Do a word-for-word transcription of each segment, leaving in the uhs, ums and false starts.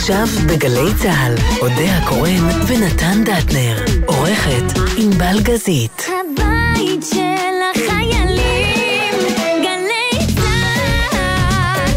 עכשיו בגלי צהל, אודיה הקורן ונתן דטנר, עורכת ענבל גזית. הבית של החיילים, גלי צהל.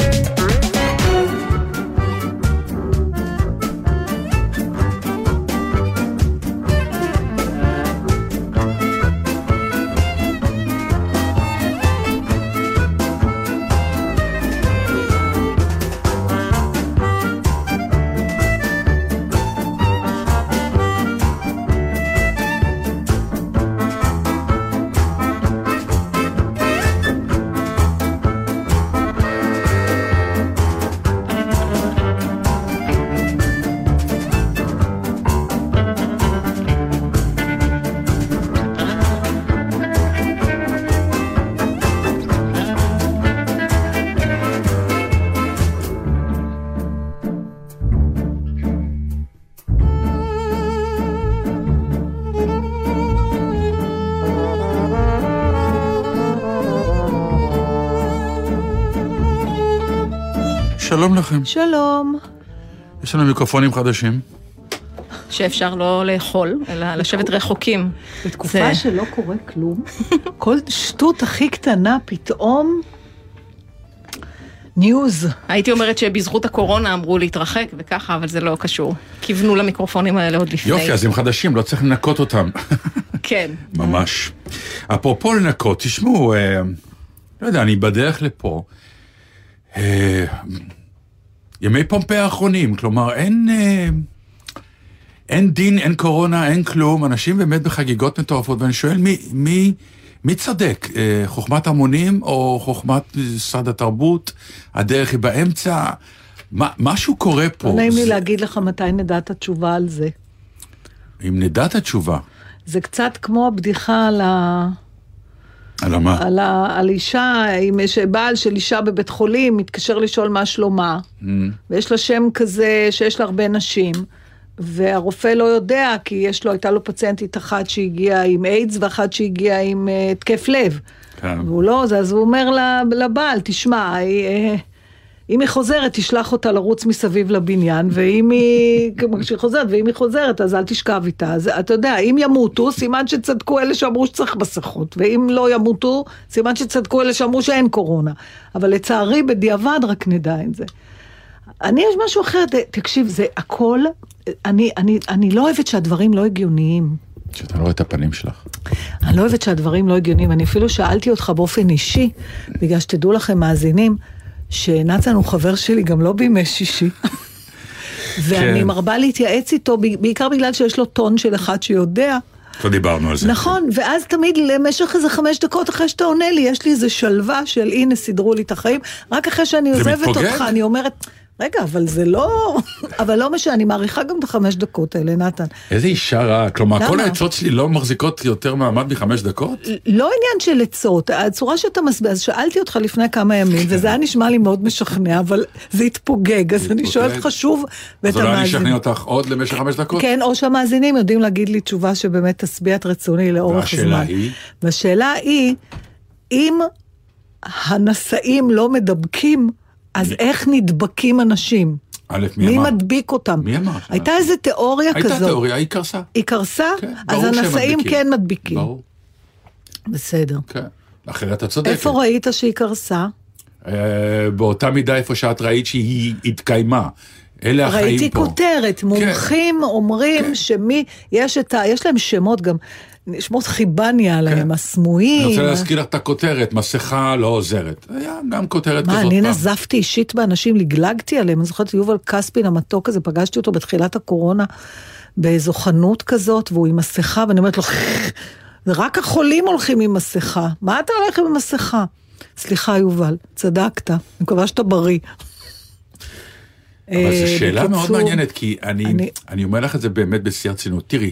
שלום לכם. שלום. יש לנו מיקרופונים חדשים. שאפשר לא לאכול, אלא לשבת רחוקים. בתקופה שלא קורה כלום, כל שטות הכי קטנה פתאום ניוז. הייתי אומרת שבזכות הקורונה אמרו להתרחק וככה, אבל זה לא קשור. כיוונו למיקרופונים האלה עוד לפני. יופי, אז הם חדשים, לא צריך לנקות אותם. כן. ממש. אפרופו לנקות, תשמעו, אה, לא יודע, אני בדרך לפה, אה, ימי פומפי האחרונים, כלומר, אין, אה, אין דין, אין קורונה, אין כלום, אנשים באמת בחגיגות מטורפות, ואני שואל, מי, מי, מי צדק? אה, חוכמת המונים או חוכמת סד התרבות? הדרך היא באמצע? מה, משהו קורה פה. לא נעים לי זה... להגיד לך מתי נדע את התשובה על זה. אם נדע את התשובה. זה קצת כמו הבדיחה על ה... על מה? על, ה... על אישה, אם יש בעל של אישה בבית חולים, מתקשר לשאול מה שלומה, mm. ויש לה שם כזה שיש לה הרבה נשים, והרופא לא יודע, כי יש לו, הייתה לו פציינטית אחת שהגיעה עם איידס, ואחת שהגיעה עם uh, תקף לב. כן. והוא לא, אז הוא אומר לבעל, תשמע, אם היא חוזרת, תשלח אותה לרוץ מסביב לבניין, ואם היא, כשהיא חוזרת, ואם היא חוזרת, אז אל תשכב איתה. אז אתה יודע, אם ימותו, סימן שצדקו אלה שאמרו שצריך מסכות, ואם לא ימותו, סימן שצדקו אלה שאמרו שאין קורונה. אבל לצערי, בדיעבד רק נדע את זה. אני, יש משהו אחר, תקשיב, זה הכל, אני, אני, אני לא אוהבת שהדברים לא הגיוניים. שאתה לא רואה את הפנים שלך. אני לא אוהבת שהדברים לא הגיוניים. אני אפילו שאלתי אותך באופן אישי, בגלל שתדעו לכם מאזינים, שנתן הוא חבר שלי גם לא בימי שישי. ואני מרבה להתייעץ איתו, בעיקר בגלל שיש לו טון של אחד שיודע. לא דיברנו על זה. נכון, ואז תמיד למשך איזה חמש דקות אחרי שאתה עונה לי, יש לי איזה שלווה של הנה סידרו לי את החיים, רק אחרי שאני עוזבת אותך, אני אומרת, רגע, אבל זה לא, אבל לא משנה, אני מעריכה גם את החמש דקות האלה, נתן. איזה אישה רעה, כלומר, כל העצות שלי לא מחזיקות יותר מעמד מחמש דקות? לא עניין של עצות, הצורה שאתה מסביר, אז שאלתי אותך לפני כמה ימים, וזה היה נשמע לי מאוד משכנע, אבל זה התפוגג, אז אני שואלת לך שוב, אז אולי אני אשכנע אותך עוד למשך חמש דקות? כן, או שהמאזינים יודעים להגיד לי תשובה שבאמת תשביע את רצוני לאורך זמן. והשאלה היא? והשאלה היא, אם הנשאים לא מדבקים, אז איך נדבקים אנשים? א', מי אמר? מי מדביק אותם? מי אמר? הייתה איזו תיאוריה כזאת. הייתה תיאוריה, היא קרסה. היא קרסה? אז הנשאים כן מדביקים. ברור. בסדר. כן, אחרת אתה צודקת. איפה ראית שהיא קרסה? באותה מידה איפה שאת ראית שהיא התקיימה. אלה החיים פה. ראיתי כותרת, מומחים אומרים שמי, יש להם שמות גם, שמות חיבניה עליהם, הסמויים. אני רוצה להזכיר לך את הכותרת, מסכה לא עוזרת. היה גם כותרת כזאת פעם. פעם. מה, אני נזפתי אישית באנשים, לגלגתי עליהם, אני זוכרת יובל כספין המתוק הזה, פגשתי אותו בתחילת הקורונה, באיזו חנות כזאת, והוא עם מסכה, ואני אומרת לו, רק החולים הולכים עם מסכה, מה אתה הולך עם מסכה? סליחה יובל, צדקת, אני מקווה שאתה בריא. אבל זו שאלה מאוד מעניינת, כי אני, אני אומר לך את זה באמת בשיא הרצינות. תראי,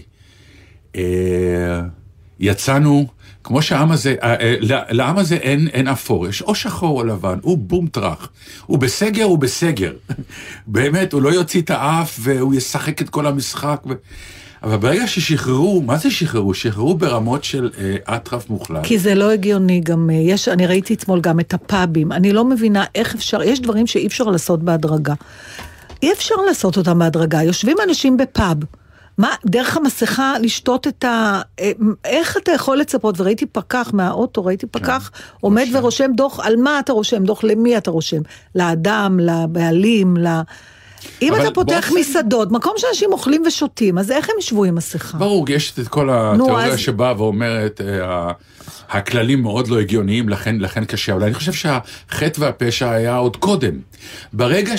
יצאנו, כמו שהעם הזה, לעם הזה אין, אין אפור, יש או שחור או לבן, הוא בום טרח, הוא בסגר, הוא בסגר. באמת, הוא לא יוציא את האף, והוא ישחק את כל המשחק. ו... אבל ברגע ששחררו, מה זה שחררו? שחררו ברמות של אטרף מוחלט. כי זה לא הגיוני, גם יש, אני ראיתי אתמול גם את הפאבים, אני לא מבינה איך אפשר, יש דברים שאי אפשר לעשות בהדרגה. אי אפשר לעשות אותם בהדרגה. יושבים אנשים בפאב, מה, דרך המסכה לשתות את ה... איך אתה יכול לצפות? וראיתי פקח מהאוטו, ראיתי פקח עומד ורושם דוח, על מה אתה רושם? דוח למי אתה רושם? לאדם, לבעלים, ל... אם אתה פותח מסעדות, מקום שאנשים אוכלים ושותים, אז איך הם ישבו עם מסכה? ברור, יש את כל התיאוריה שבאה ואומרת, הכללים מאוד לא הגיוניים, לכן קשה, אבל אני חושב שהחטא והפשע היה עוד קודם. ברגע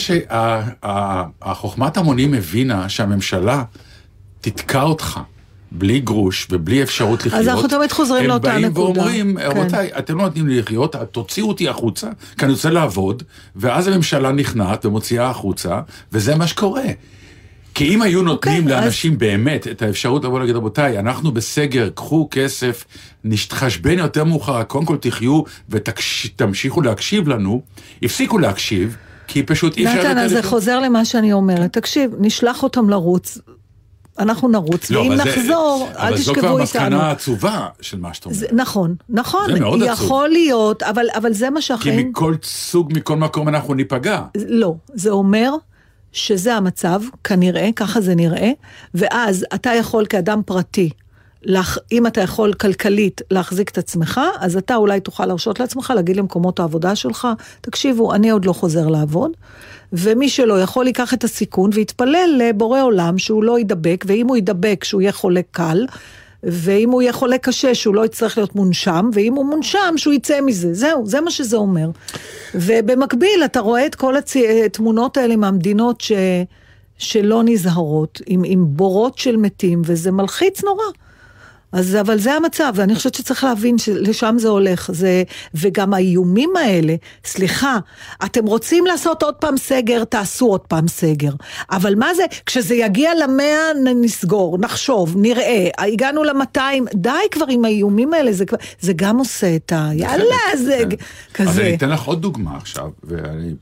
שהחוכמת המונים הבינה שהממשלה תתקע אותך, בלי גרוש ובלי אפשרות לחיות. אז אנחנו תמיד חוזרים לאותה נקודה. הם באים ואומרים, רבותיי, אתם לא נותנים לי לחיות, תוציאו אותי החוצה, כי אני רוצה לעבוד, ואז הממשלה נכנעת ומוציאה החוצה, וזה מה שקורה. כי אם היו נותנים לאנשים באמת את האפשרות לבוא להגיד, רבותיי, אנחנו בסגר, קחו כסף, נתחשבן יותר מאוחר, קודם כל תחיו ותמשיכו להקשיב לנו, הפסיקו להקשיב, כי פשוט אי אפשר... נתן, אז זה חוזר למה שאני אומרת. תקשיב, נשלח אותם לרוץ, אנחנו נרוץ, לא, ואם זה, נחזור, אל תשכבו איתנו. אבל זו כבר מסקנה עצובה של מה שאתה אומר. זה, נכון, נכון. זה מאוד עצוב. יכול להיות, אבל, אבל זה מה שהחיים... כי מכל סוג, מכל מקום אנחנו ניפגע. לא, זה אומר שזה המצב, כנראה, ככה זה נראה, ואז אתה יכול כאדם פרטי, לח... אם אתה יכול כלכלית להחזיק את עצמך, אז אתה אולי תוכל להרשות לעצמך, להגיד למקומות העבודה שלך, תקשיבו, אני עוד לא חוזר לעבוד, ומי שלא יכול ייקח את הסיכון, ויתפלל לבורא עולם שהוא לא ידבק, ואם הוא ידבק שהוא יהיה חולה קל, ואם הוא יהיה חולה קשה שהוא לא יצטרך להיות מונשם, ואם הוא מונשם שהוא יצא מזה, זהו, זה מה שזה אומר. ובמקביל אתה רואה את כל התמונות האלה מהמדינות ש... שלא נזהרות, עם, עם בורות של מתים, וזה מלחיץ נורא. אז, אבל זה המצב, ואני חושבת שצריך להבין שלשם זה הולך, זה, וגם האיומים האלה, סליחה, אתם רוצים לעשות עוד פעם סגר, תעשו עוד פעם סגר, אבל מה זה, כשזה יגיע למאה נסגור, נחשוב, נראה, הגענו למאתיים, די כבר עם האיומים האלה, זה, זה גם עושה את ה... יאללה, זה כזה. אז אני אתן לך עוד דוגמה עכשיו, ואני,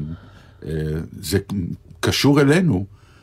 זה קשור אלינו,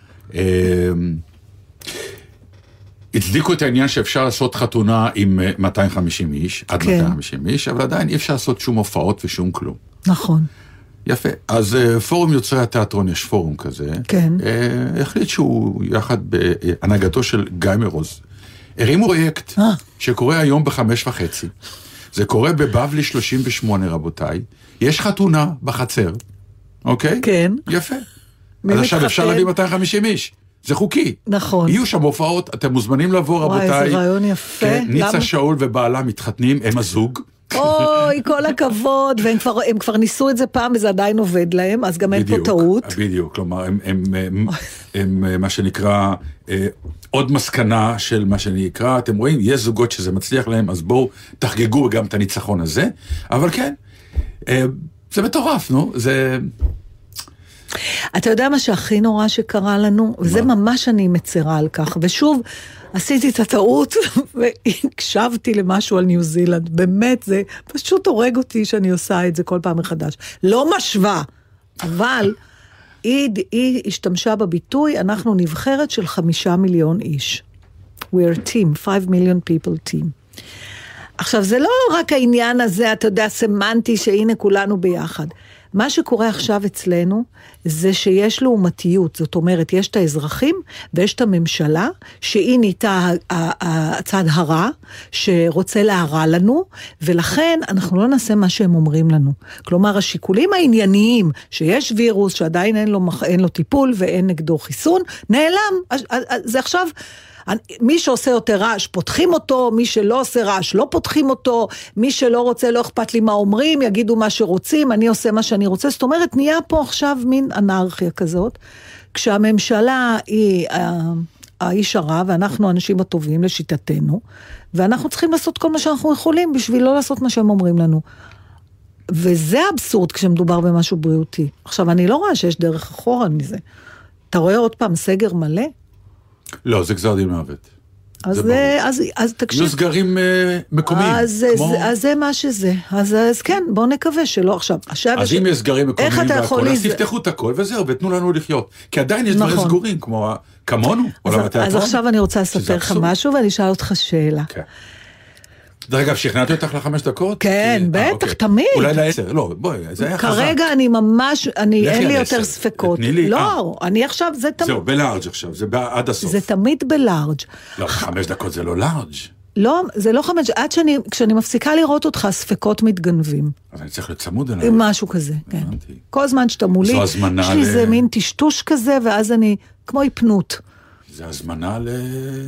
הצדיקו את העניין שאפשר לעשות חתונה עם מאתיים וחמישים איש, עד כן. מאתיים וחמישים איש, אבל עדיין אי אפשר לעשות שום הופעות ושום כלום. נכון. יפה. אז פורום יוצרי התיאטרון, יש פורום כזה, כן. החליט שהוא יחד בהנהגתו של גיא מרוז, הרים פרויקט שקורה היום בחמש וחצי. זה קורה בבבלי שלושים ושמונה, רבותיי. יש חתונה בחצר, אוקיי? כן. יפה. אז עכשיו אפשר להביא מאתיים וחמישים איש. זה חוקי. נכון. יהיו שם הופעות, אתם מוזמנים לבוא, רבותיי. וואי, זה רעיון יפה. כן, ניצה למה? שאול ובעלה מתחתנים, הם הזוג. אוי, כל הכבוד, והם כבר, הם כבר ניסו את זה פעם, וזה עדיין עובד להם, אז גם אין פה טעות. בדיוק, כלומר, הם, הם, הם, הם, הם מה שנקרא, עוד מסקנה של מה שנקרא, אתם רואים, יש זוגות שזה מצליח להם, אז בואו תחגגו גם את הניצחון הזה, אבל כן, זה מטורף, נו, זה... אתה יודע מה שהכי נורא שקרה לנו? וזה ממש אני מצרה על כך. ושוב, עשיתי את הטעות והקשבתי למשהו על ניו זילנד. באמת, זה פשוט הורג אותי שאני עושה את זה כל פעם מחדש. לא משווה, אבל היא, היא השתמשה בביטוי, אנחנו נבחרת של חמישה מיליון איש. We are a team, five million people team. עכשיו, זה לא רק העניין הזה, אתה יודע, סמנטי, שהנה כולנו ביחד. מה שקורה עכשיו אצלנו, זה שיש לעומתיות, זאת אומרת, יש את האזרחים, ויש את הממשלה, שהיא נהייתה הצד הרע, שרוצה להרע לנו, ולכן אנחנו לא נעשה מה שהם אומרים לנו. כלומר, השיקולים הענייניים, שיש וירוס, שעדיין אין לו, אין לו טיפול, ואין נגדו חיסון, נעלם. זה עכשיו... מי שעושה יותר רעש, פותחים אותו, מי שלא עושה רעש, לא פותחים אותו, מי שלא רוצה, לא אכפת לי מה אומרים, יגידו מה שרוצים, אני עושה מה שאני רוצה, זאת אומרת, נהיה פה עכשיו מין אנרכיה כזאת, כשהממשלה היא האיש הרע, ואנחנו האנשים הטובים לשיטתנו, ואנחנו צריכים לעשות כל מה שאנחנו יכולים, בשביל לא לעשות מה שהם אומרים לנו. וזה אבסורד כשמדובר במשהו בריאותי. עכשיו, אני לא רואה שיש דרך אחורה מזה. אתה רואה עוד פעם סגר מלא? לא, זה גזר דין מוות. אז, זה, אז, אז תקשיב. יהיו סגרים uh, מקומיים. אז, כמו... אז, אז זה מה שזה. אז, אז כן, בואו נקווה שלא עכשיו. עכשיו אז ש... אם יש סגרים מקומיים והכל, אז זה... תפתחו את הכל וזהו, ותנו לנו לחיות. כי עדיין יש נכון. דברים סגורים, כמו כמונו, אז, אז עכשיו אני רוצה לספר לך משהו, ואני אשאל אותך שאלה. Okay. דרך אגב, שכנעתי אותך לחמש דקות? כן, כי- אה, בטח, אוקיי. תמיד. אולי לעשר, לא, בואי, זה היה חזק. כרגע אני ממש, אני, לכי אין לי עד יותר עשר. ספקות. תתני לי, לא, אני עכשיו, זה תמיד, זהו, בלארג' עכשיו, זה בא- עד הסוף. זה תמיד בלארג'. לא, חמש דקות זה לא לארג'. לא, זה לא חמש, עד שאני, כשאני מפסיקה לראות אותך, ספקות מתגנבים. אז אני צריך לצמוד אליי. משהו כזה, כן. הבנתי. כל זמן שאתה מולי, זו הזמנה יש לי ל- איזה מין טשטוש כזה, ואז אני, כמו היפנות. זה הזמנה ל...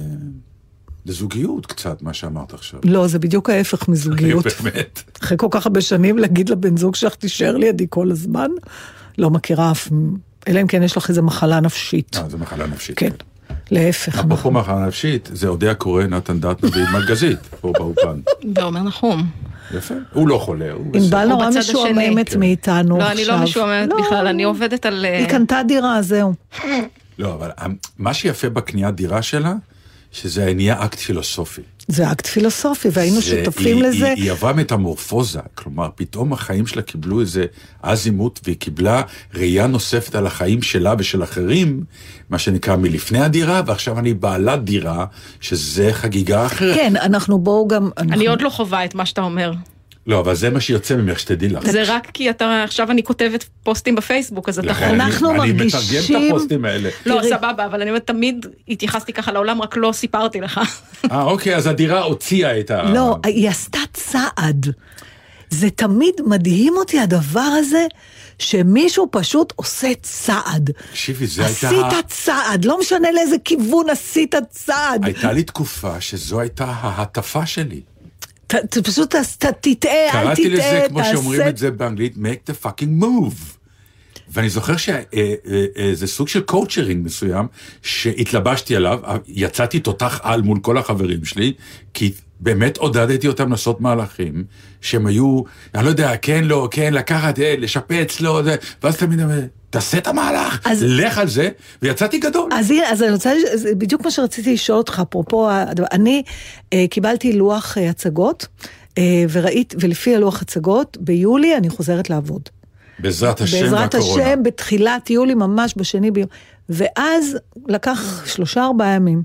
לזוגיות קצת, מה שאמרת עכשיו. לא, זה בדיוק ההפך מזוגיות. באמת. אחרי כל כך הרבה שנים להגיד לבן זוג שלך, תישאר לידי כל הזמן, לא מכירה אף, אלא אם כן יש לך איזו מחלה נפשית. אה, זו מחלה נפשית. כן, להפך. אפרופו מחלה נפשית, זה אודיה קורא, נתן דטנר ועימאל גזית, פה באופן. ואומר נחום. יפה. הוא לא חולה, הוא ענבל בסדר. נורא בצד משועממת השני. מאיתנו לא, עכשיו. אני לא משועממת לא. בכלל, אני עובדת על... היא קנתה דירה, זהו. לא, אבל מה שיפה בקניית דירה שלה, שזה נהיה אקט פילוסופי. זה אקט פילוסופי, והיינו זה- שותפים היא- לזה. היא, היא עברה מטמורפוזה, כלומר, פתאום החיים שלה קיבלו איזה אזימות, והיא קיבלה ראייה נוספת על החיים שלה ושל אחרים, מה שנקרא מלפני הדירה, ועכשיו אני בעלת דירה, שזה חגיגה אחרת. כן, אנחנו בואו גם... אני אנחנו- עוד לא חובה את מה שאתה אומר. לא, אבל זה מה שיוצא ממך, שתדעי לך. זה רק כי אתה, עכשיו אני כותבת פוסטים בפייסבוק, אז אתה לכן יכול... אני- אנחנו אני מתרגם מרגישים- את הפוסטים האלה. לא, תראי. סבבה, אבל אני אומרת, תמיד התייחסתי ככה לעולם, רק לא סיפרתי לך. אה, אוקיי, אז הדירה הוציאה את ה... לא, היא עשתה צעד. זה תמיד מדהים אותי הדבר הזה, שמישהו פשוט עושה צעד. תקשיבי, זה הייתה... עשית צעד, לא משנה לאיזה כיוון עשית צעד. הייתה לי תקופה שזו הייתה ההטפה שלי. ת- ת- פשוט ת- ת- תטעה, אל תטעה, קראתי לזה, כמו תעשה- שאומרים את זה באנגלית, make the fucking move. ואני זוכר שזה סוג של קואוצ'רינג מסוים, שהתלבשתי עליו, יצאתי תותח על מול כל החברים שלי, כי באמת עודדתי אותם לעשות מהלכים, שהם היו, אני לא יודע, כן, לא, כן, לקחת, אה, לשפץ, לא, זה, ואז תמיד אומר, תעשה את המהלך, אז- לך על זה, ויצאתי גדול. אז הנה, אז אני רוצה, זה בדיוק מה שרציתי לשאול אותך, אפרופו, הדבר- אני אה, קיבלתי לוח אה, הצגות, אה, וראית, ולפי הלוח הצגות, ביולי אני חוזרת לעבוד. בעזרת השם בעזרת והקורונה. השם, בתחילת יולי, ממש בשני ביום. ואז לקח שלושה ארבעה ימים,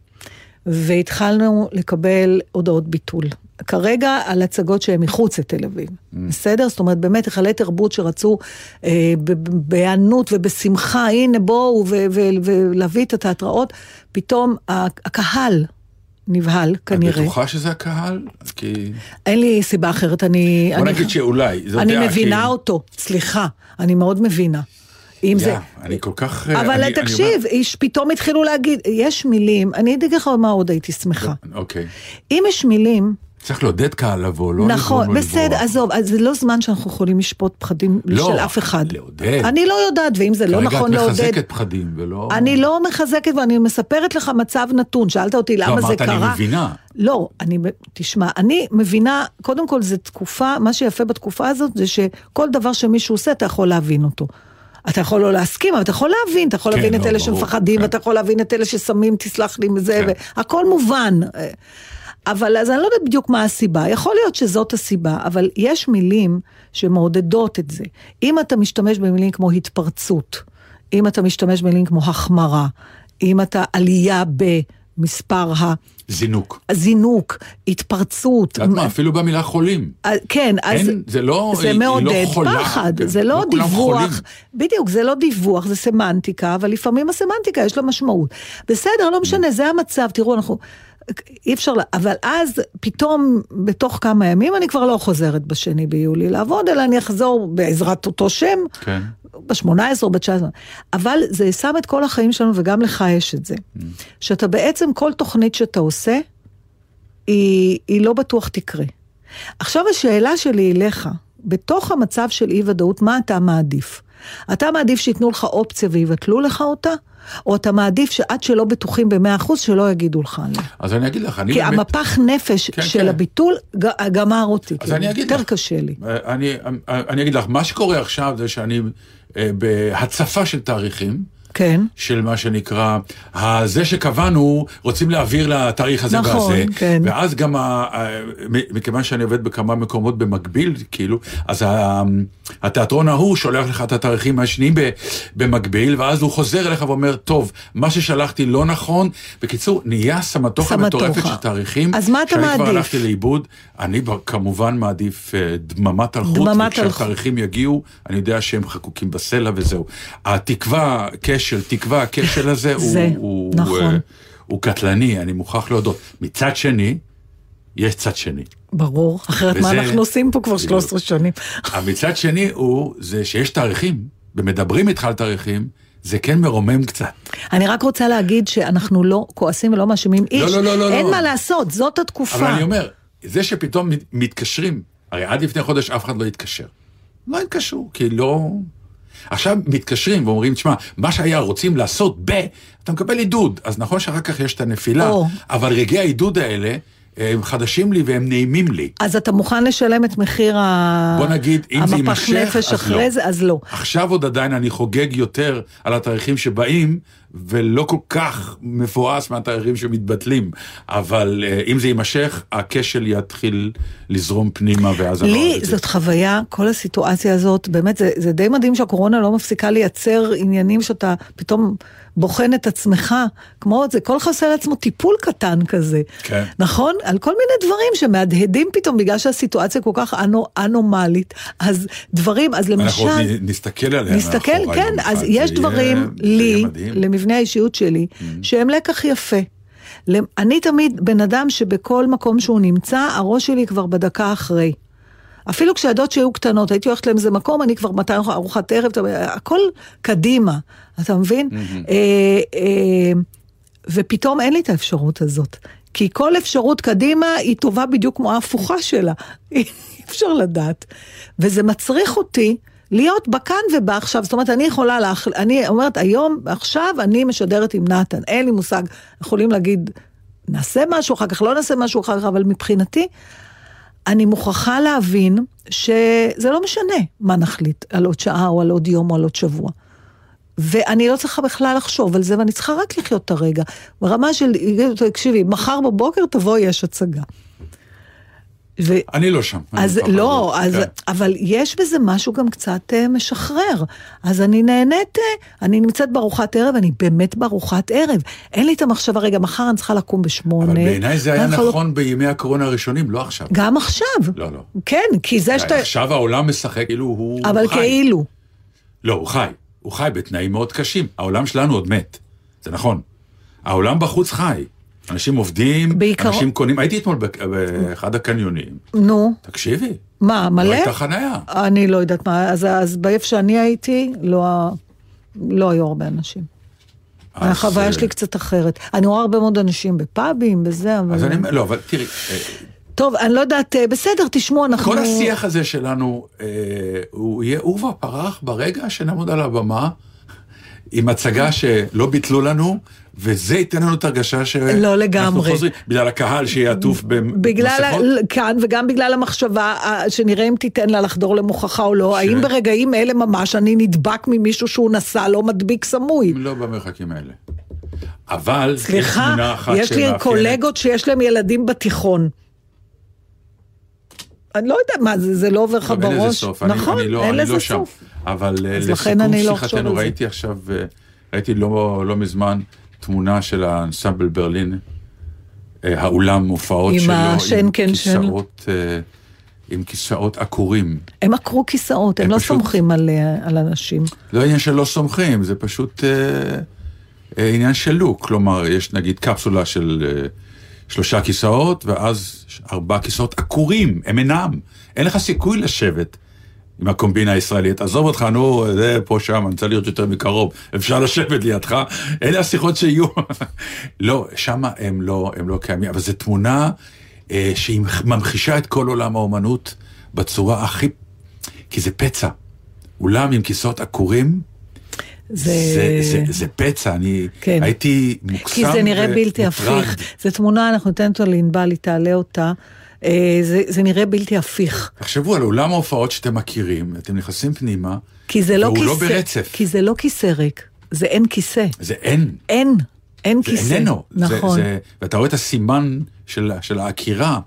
והתחלנו לקבל הודעות ביטול. כרגע על הצגות שהן מחוץ לתל אביב. בסדר? זאת אומרת, באמת, החלי תרבות שרצו אה, בהיענות ובשמחה, הנה בואו ו- ו- ולהביא את התיאטראות, פתאום הקהל נבהל, את כנראה. בטוחה שזה הקהל? כי... אין לי סיבה אחרת, אני... בוא אני- נגיד שאולי. זו אני דעה, מבינה כי- אותו, סליחה, אני מאוד מבינה. אם זה... יא, אני כל כך... אבל אני- אני תקשיב, איש פתאום התחילו להגיד, יש מילים, אני אגיד לך מה עוד הייתי שמחה. אומר- אוקיי. אם יש מילים, צריך לעודד קהל לבוא, לא לגרום נכון, לו בסדר, לברוח. עזוב, אז זה לא זמן שאנחנו יכולים לשפוט פחדים לא, של אף אחד. לעודד. אני לא יודעת, ואם זה לא נכון כרגע את לעודד... מחזקת פחדים, ולא... אני לא מחזקת ואני מספרת לך מצב נתון, שאלת אותי למה זה אמרת, אני קרה. מבינה. לא, אני, תשמע, אני מבינה, קודם כל זו תקופה, מה שיפה בתקופה הזאת זה שכל דבר שמישהו עושה, אתה יכול להבין אותו. אתה יכול לא להסכים, אבל אתה יכול להבין, אתה יכול כן, להבין את לא, אלה ברור, שמפחדים, כן. ואתה יכול להבין את אלה ששמים, תסלח לי מזה, כן. והכל מובן. אבל אז אני לא יודעת בדיוק מה הסיבה, יכול להיות שזאת הסיבה, אבל יש מילים שמעודדות את זה. אם אתה משתמש במילים כמו התפרצות, אם אתה משתמש במילים כמו החמרה, אם אתה עלייה במספר ה... זינוק. זינוק, התפרצות. את יודעת מה, אפילו במילה חולים. אה, כן, אז אין, זה לא... זה היא- מעודד היא לא חולה, פחד, כן, זה לא לא כולם דיווח, חולים. בדיוק, זה לא דיווח, זה סמנטיקה, אבל לפעמים הסמנטיקה יש לה משמעות. בסדר, לא משנה, זה המצב, תראו, אנחנו, אי אפשר, לה- אבל אז פתאום, בתוך כמה ימים, אני כבר לא חוזרת בשני ביולי לעבוד, אלא אני אחזור בעזרת אותו שם, כן. ב-שמונה עשרה או ב-תשע עשרה, אבל זה שם את כל החיים שלנו, וגם לך יש את זה, שאתה בעצם, כל תוכנית שאתה עושה, היא, היא לא בטוח תקרה. עכשיו השאלה שלי אליך, בתוך המצב של אי ודאות, מה אתה מעדיף? אתה מעדיף שיתנו לך אופציה ויבטלו לך אותה? או אתה מעדיף שעד שלא בטוחים במאה אחוז שלא יגידו לך עליה? אז אני אגיד לך, אני כי באמת... המפח נפש כן, של כן. הביטול ג- גמר אותי. אז כאילו, אני אגיד יותר לך. קשה לי. אני, אני אגיד לך, מה שקורה עכשיו זה שאני אה, בהצפה של תאריכים, כן. של מה שנקרא, זה שקבענו, רוצים להעביר לתאריך הזה נכון, והזה, כן. ואז גם, ה- ה- מכיוון שאני עובד בכמה מקומות במקביל, כאילו, אז ה- התיאטרון ההוא שולח לך את התאריכים השניים במקביל, ואז הוא חוזר אליך ואומר, טוב, מה ששלחתי לא נכון. בקיצור, נהיה סמטוחה מטורפת של תאריכים. אז מה אתה מעדיף? שאני כבר הלכתי לאיבוד. אני כמובן מעדיף דממת הלכות, וכשהתאריכים יגיעו, אני יודע שהם חקוקים בסלע וזהו. התקווה, כשל, תקווה, כשל הזה, הוא, נכון. הוא, הוא קטלני, אני מוכרח להודות. מצד שני, יש צד שני. ברור, אחרת וזה, מה אנחנו עושים פה כבר שלוש עשרה שנים. המצד שני הוא, זה שיש תאריכים, ומדברים איתך על תאריכים, זה כן מרומם קצת. אני רק רוצה להגיד שאנחנו לא כועסים ולא מאשימים איש. לא, לא, לא, לא. אין לא. מה לעשות, זאת התקופה. אבל אני אומר, זה שפתאום מתקשרים, הרי עד לפני חודש אף אחד לא יתקשר. לא יתקשרו, כי לא... עכשיו מתקשרים ואומרים, תשמע, מה שהיה רוצים לעשות ב... אתה מקבל עידוד, אז נכון שאחר כך יש את הנפילה, או. אבל רגעי העידוד האלה, הם חדשים לי והם נעימים לי. אז אתה מוכן לשלם את מחיר ה... בוא נגיד, אם זה יימשך, אז לא. זה, אז לא. עכשיו עוד עדיין אני חוגג יותר על התאריכים שבאים, ולא כל כך מפורס מהתאריכים שמתבטלים. אבל אם זה יימשך, הכשל יתחיל לזרום פנימה, ואז... לי זאת חוויה, כל הסיטואציה הזאת, באמת, זה, זה די מדהים שהקורונה לא מפסיקה לייצר עניינים שאתה פתאום בוחן את עצמך, כמו זה, כל חסר לעצמו טיפול קטן כזה. כן. נכון? על כל מיני דברים שמהדהדים פתאום, בגלל שהסיטואציה כל כך אנו, אנומלית, אז דברים, אז למשל... אנחנו נסתכל עליהם. נסתכל, כן, אז יש דברים לי, למבנה האישיות שלי, שהם לקח יפה. אני תמיד בן אדם שבכל מקום שהוא נמצא, הראש שלי כבר בדקה אחרי. אפילו כשהדות שהיו קטנות, הייתי הולכת להם איזה מקום, אני כבר מתי ארוחת ערב, הכל קדימה, אתה מבין? ופתאום אין לי את האפשרות הזאת. כי כל אפשרות קדימה היא טובה בדיוק כמו ההפוכה שלה. אי אפשר לדעת. וזה מצריך אותי להיות בכאן ובעכשיו. זאת אומרת, אני יכולה, להח... אני אומרת, היום, עכשיו, אני משדרת עם נתן. אין לי מושג. יכולים להגיד, נעשה משהו אחר כך, לא נעשה משהו אחר כך, אבל מבחינתי, אני מוכרחה להבין שזה לא משנה מה נחליט על עוד שעה או על עוד יום או על עוד שבוע. ואני לא צריכה בכלל לחשוב על זה, ואני צריכה רק לחיות את הרגע. ברמה של, תקשיבי, מחר בבוקר תבוא, יש הצגה. ו... אני לא שם. אז אני לא, אז, כן. אבל יש בזה משהו גם קצת uh, משחרר. אז אני נהנית, אני נמצאת בארוחת ערב, אני באמת בארוחת ערב. אין לי את המחשבה, רגע, מחר אני צריכה לקום בשמונה. אבל בעיניי זה היה נכון לא... בימי הקורונה הראשונים, לא עכשיו. גם עכשיו. לא, לא. כן, כי זה שאתה... עכשיו העולם משחק, כאילו הוא חי. אבל כאילו. לא, הוא חי. הוא חי בתנאים מאוד קשים. העולם שלנו עוד מת. זה נכון. העולם בחוץ חי. אנשים עובדים, בעיקר... אנשים קונים. הייתי אתמול באחד הקניונים. נו. תקשיבי. מה, מלא? לא הייתה חניה. אני לא יודעת מה. אז, אז באיפה שאני הייתי, לא, לא היו הרבה אנשים. אז... החוויה שלי קצת אחרת. אני רואה הרבה מאוד אנשים בפאבים, בזה, אבל... אז אני... לא, אבל תראי... טוב, אני לא יודעת, בסדר, תשמעו, אנחנו... כל השיח הזה שלנו, אה, הוא יהיה עורבא פרח ברגע שנעמוד על הבמה, עם הצגה שלא ביטלו לנו, וזה ייתן לנו את הרגשה שאנחנו לא לגמרי. חוזרים, בגלל הקהל שיעטוף במסכות. בגלל, כאן, וגם בגלל המחשבה, שנראה אם תיתן לה לחדור למוכחה או לא, ש... האם ברגעים אלה ממש אני נדבק ממישהו שהוא נסע, לא מדביק סמוי? לא במרחקים האלה. אבל... סליחה, יש לי קולגות שיש להם ילדים בתיכון. אני לא יודע מה זה, זה לא עובר לך בראש. נכון, אין לזה סוף. אבל לסיכום שיחתנו, ראיתי עכשיו, ראיתי לא מזמן תמונה של האנסמבל ברלין, האולם מופעות שלו, עם כיסאות עקורים. הם עקרו כיסאות, הם לא סומכים על אנשים. לא עניין שלא סומכים, זה פשוט עניין של לוק. כלומר, יש נגיד קפסולה של... שלושה כיסאות, ואז ארבעה כיסאות עקורים, הם אינם. אין לך סיכוי לשבת עם הקומבינה הישראלית. עזוב אותך, נו, זה פה שם, אני צריך להיות יותר מקרוב. אפשר לשבת לידך, אלה השיחות שיהיו. לא, שם הם לא, הם לא קיימים. אבל זו תמונה אה, שהיא ממחישה את כל עולם האומנות בצורה הכי... כי זה פצע. אולם עם כיסאות עקורים, זה... זה, זה, זה פצע, אני כן. הייתי מוקסם כי זה נראה בלתי הפיך. זו תמונה, אנחנו ניתן אותה לאנבל, היא תעלה אותה. זה, זה נראה בלתי הפיך. תחשבו על עולם ההופעות שאתם מכירים, אתם נכנסים פנימה, והוא לא, כיסא, לא ברצף. כי זה לא כיסא ריק, זה אין כיסא. זה אין. אין, אין זה כיסא. איננו. נכון. זה, זה, ואתה רואה את הסימן של, של העקירה,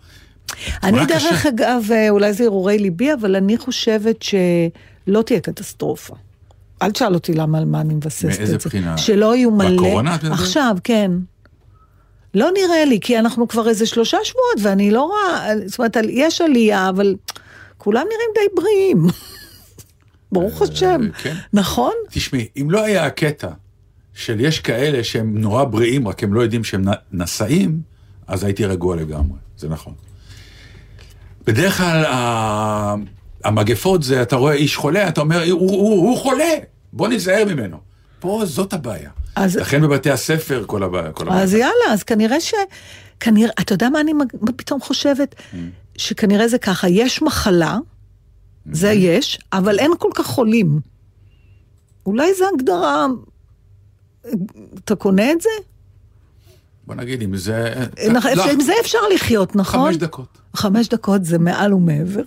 אני מה דרך קשה? אגב, אולי זה הרהורי ליבי, אבל אני חושבת שלא תהיה קטסטרופה. אל תשאל אותי למה על מה אני מבססת את זה. מאיזה בחינה? שלא יהיו מלא. בקורונה את מדברת? עכשיו, כן. לא נראה לי, כי אנחנו כבר איזה שלושה שבועות, ואני לא רואה, זאת אומרת, יש עלייה, אבל כולם נראים די בריאים. ברוך השם. כן. נכון? תשמעי, אם לא היה הקטע של יש כאלה שהם נורא בריאים, רק הם לא יודעים שהם נשאים, אז הייתי רגוע לגמרי, זה נכון. בדרך כלל ה- המגפות זה, אתה רואה איש חולה, אתה אומר, הוא, הוא, הוא חולה, בוא נזהר ממנו. פה זאת הבעיה. אז- לכן בבתי הספר כל הבעיה. כל הבעיה. אז יאללה, אז כנראה ש... כנראה, אתה יודע מה אני מג- פתאום חושבת? שכנראה זה ככה, יש מחלה, זה יש, אבל אין כל כך חולים. אולי זו הגדרה... אתה קונה את זה? בוא נגיד, אם זה... נח- לא, עם זה אפשר לחיות, נכון? חמש דקות. חמש דקות זה מעל ומעבר.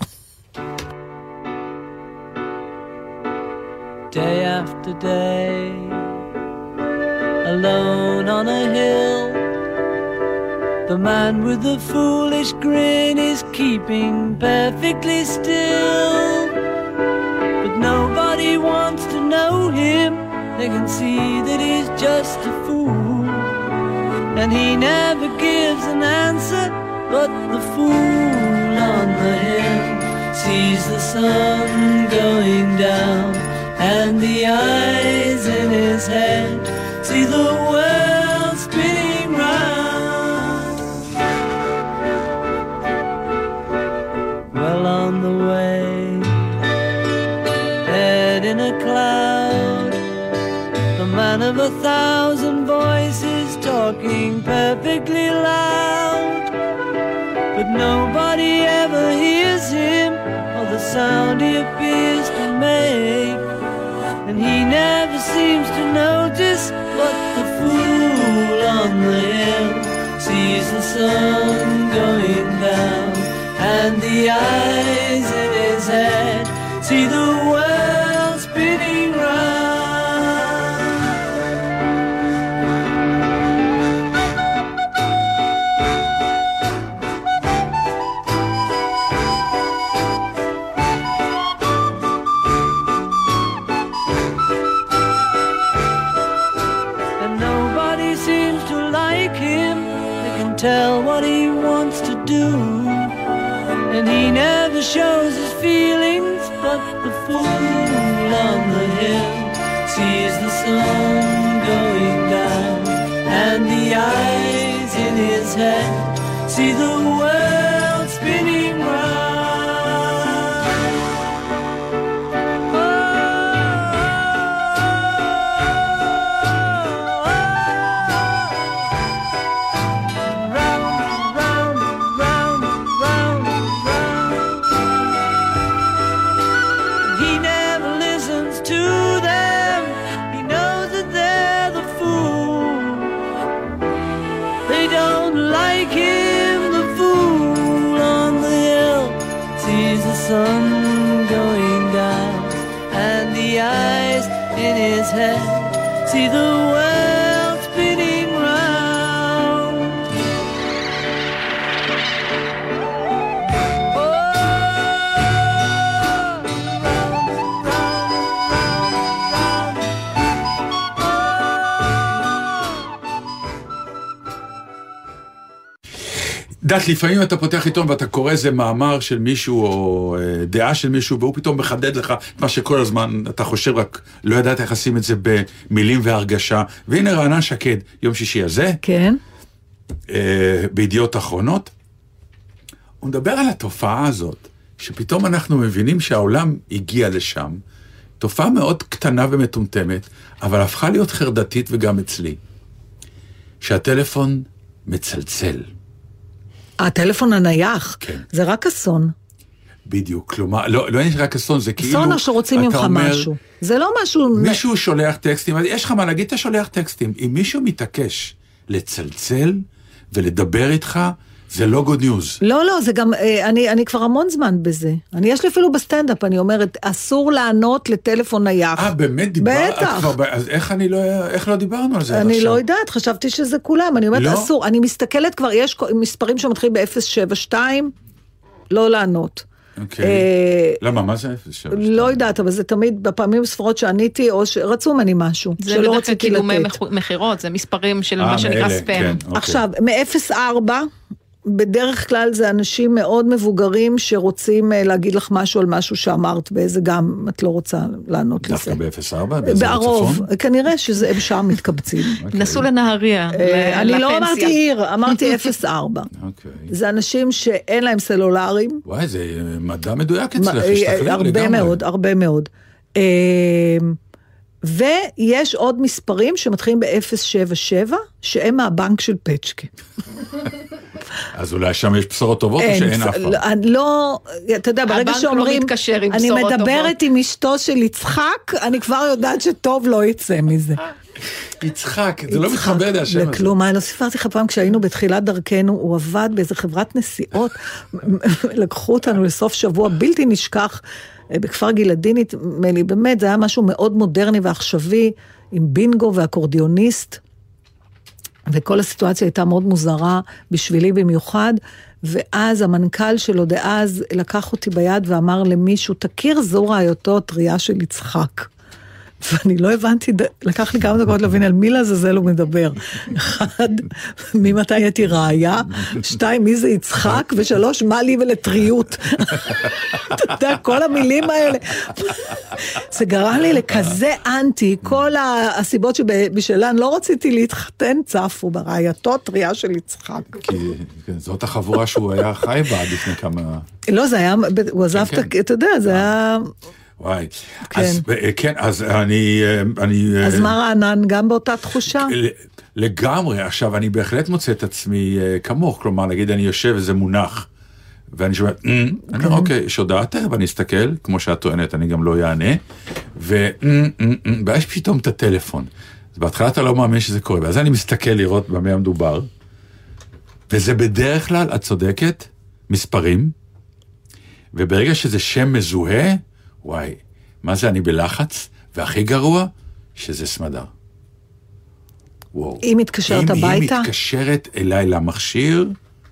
Day after day, alone on a hill, the man with the foolish grin is keeping perfectly still. But nobody wants to know him, they can see that he's just a fool. And he never gives an answer, but the fool on the hill sees the sun going down, and the eyes in his head see the world spinning round. Well on the way, head in a cloud, the man of a thousand voices talking perfectly loud, but nobody ever hears him or the sound he appears to make. And he never seems to notice, but the fool on the hill sees the sun going down, and the eyes in his head see the world spinning round. Tell what he wants to do, and he never shows his feelings, but the fool on the hill sees the sun going down, and the eyes in his head see the world spinning round. Sun going down, and the eyes in his head see the world spinning round. Oh, round, round, round, דת, לפעמים אתה פותח עיתון ואתה קורא איזה מאמר של מישהו או אה, דעה של מישהו, והוא פתאום מחדד לך מה שכל הזמן אתה חושב, רק לא ידעת איך לשים את זה במילים והרגשה. והנה רענן שקד, יום שישי הזה, כן. אה, בידיעות אחרונות, הוא מדבר על התופעה הזאת, שפתאום אנחנו מבינים שהעולם הגיע לשם, תופעה מאוד קטנה ומטומטמת, אבל הפכה להיות חרדתית וגם אצלי. שהטלפון מצלצל. הטלפון הנייח, כן. זה רק אסון. בדיוק, כלומר, לא, לא יש רק אסון, זה כאילו... אסון או שרוצים ממך אומר, משהו. זה לא משהו... מישהו שולח טקסטים, אז יש לך מה להגיד, אתה שולח טקסטים. אם מישהו מתעקש לצלצל ולדבר איתך, זה לא good news. לא, לא, זה גם, אני, אני כבר המון זמן בזה. אני, יש לי אפילו בסטנדאפ, אני אומרת, אסור לענות לטלפון נייח. אה, באמת דיבר? בטח. כבר, אז איך אני לא, איך לא דיברנו על זה? אני עכשיו? לא יודעת, חשבתי שזה כולם. אני אומרת, לא. אסור. אני מסתכלת כבר, יש מספרים שמתחילים ב-אפס שבע שתיים, לא לענות. אוקיי. אה, למה, מה זה אפס שבע שתיים? לא יודעת, אבל זה תמיד בפעמים ספורות שעניתי, או שרצו ממני משהו, זה שלא בדרך כלל רציתי קידומי לתת. מכ- מכירות, זה מספרים של אה, מה שנקרא מאלה, ספאם. כן, אוקיי. עכשיו, מ-אפס ארבע, בדרך כלל זה אנשים מאוד מבוגרים שרוצים אה, להגיד לך משהו על משהו שאמרת, באיזה גם את לא רוצה לענות לזה. דווקא ב-אפס ארבע? באזור בערוב, הצפון? כנראה שזה הם שם מתקבצים. נסו לנהריה, אה, אני לא אמרתי לפנסיה. עיר, אמרתי אפס ארבע. אוקיי. זה אנשים שאין להם סלולרים. וואי, זה מדע מדויק אצלך, אה, השתכלל הרבה לגמרי. מאוד, הרבה מאוד. אה, ויש עוד מספרים שמתחילים ב-אפס שבע שבע, שהם מהבנק של פצ'קה. אז אולי שם יש בשורות טובות או שאין אף פעם? לא, אני לא, אתה יודע, ברגע הבנק לא שאומרים, מתקשר עם אני בשורות מדברת עם אשתו של יצחק, אני כבר יודעת שטוב לא יצא מזה. יצחק, זה לא מתחבר לי השם הזה. לכלום, אני לא סיפרתי לך פעם, כשהיינו בתחילת דרכנו, הוא עבד באיזה חברת נסיעות, לקחו אותנו לסוף שבוע בלתי נשכח, בכפר גלעדיני, מלי, באמת, זה היה משהו מאוד מודרני ועכשווי, עם בינגו ואקורדיוניסט, וכל הסיטואציה הייתה מאוד מוזרה, בשבילי במיוחד, ואז המנכ"ל שלו דאז לקח אותי ביד ואמר למישהו, תכיר זו רעיותו הטריה של יצחק. ואני לא הבנתי, לקח לי כמה דקות להבין על מי לעזאזל הוא מדבר. אחד, ממתי הייתי ראיה, שתיים, מי זה יצחק, ושלוש, מה לי ולטריות. אתה יודע, כל המילים האלה. זה גרם לי לכזה אנטי, כל הסיבות שבשלן לא רציתי להתחתן צפו ברעייתו טריה של יצחק. כי כן, זאת החבורה שהוא היה חי בה לפני כמה... לא, זה היה, הוא עזב, כן, כן. אתה יודע, זה היה... וואי. כן. אז, כן, אז אני... אני אז מה רענן, גם באותה תחושה? לגמרי. עכשיו, אני בהחלט מוצא את עצמי כמוך, כלומר, נגיד, אני יושב וזה מונח, ואני שומע, אני אומר, אוקיי, יש הודעה, תכף אני אסתכל, כמו שאת טוענת, אני גם לא יענה, ויש פתאום את הטלפון. אז בהתחלה אתה לא מאמין שזה קורה, ואז אני מסתכל לראות במה המדובר, וזה בדרך כלל, את צודקת, מספרים, וברגע שזה שם מזוהה, וואי, מה זה אני בלחץ? והכי גרוע, שזה סמדר. וואו. היא מתקשרת אם הביתה? היא מתקשרת אליי למכשיר,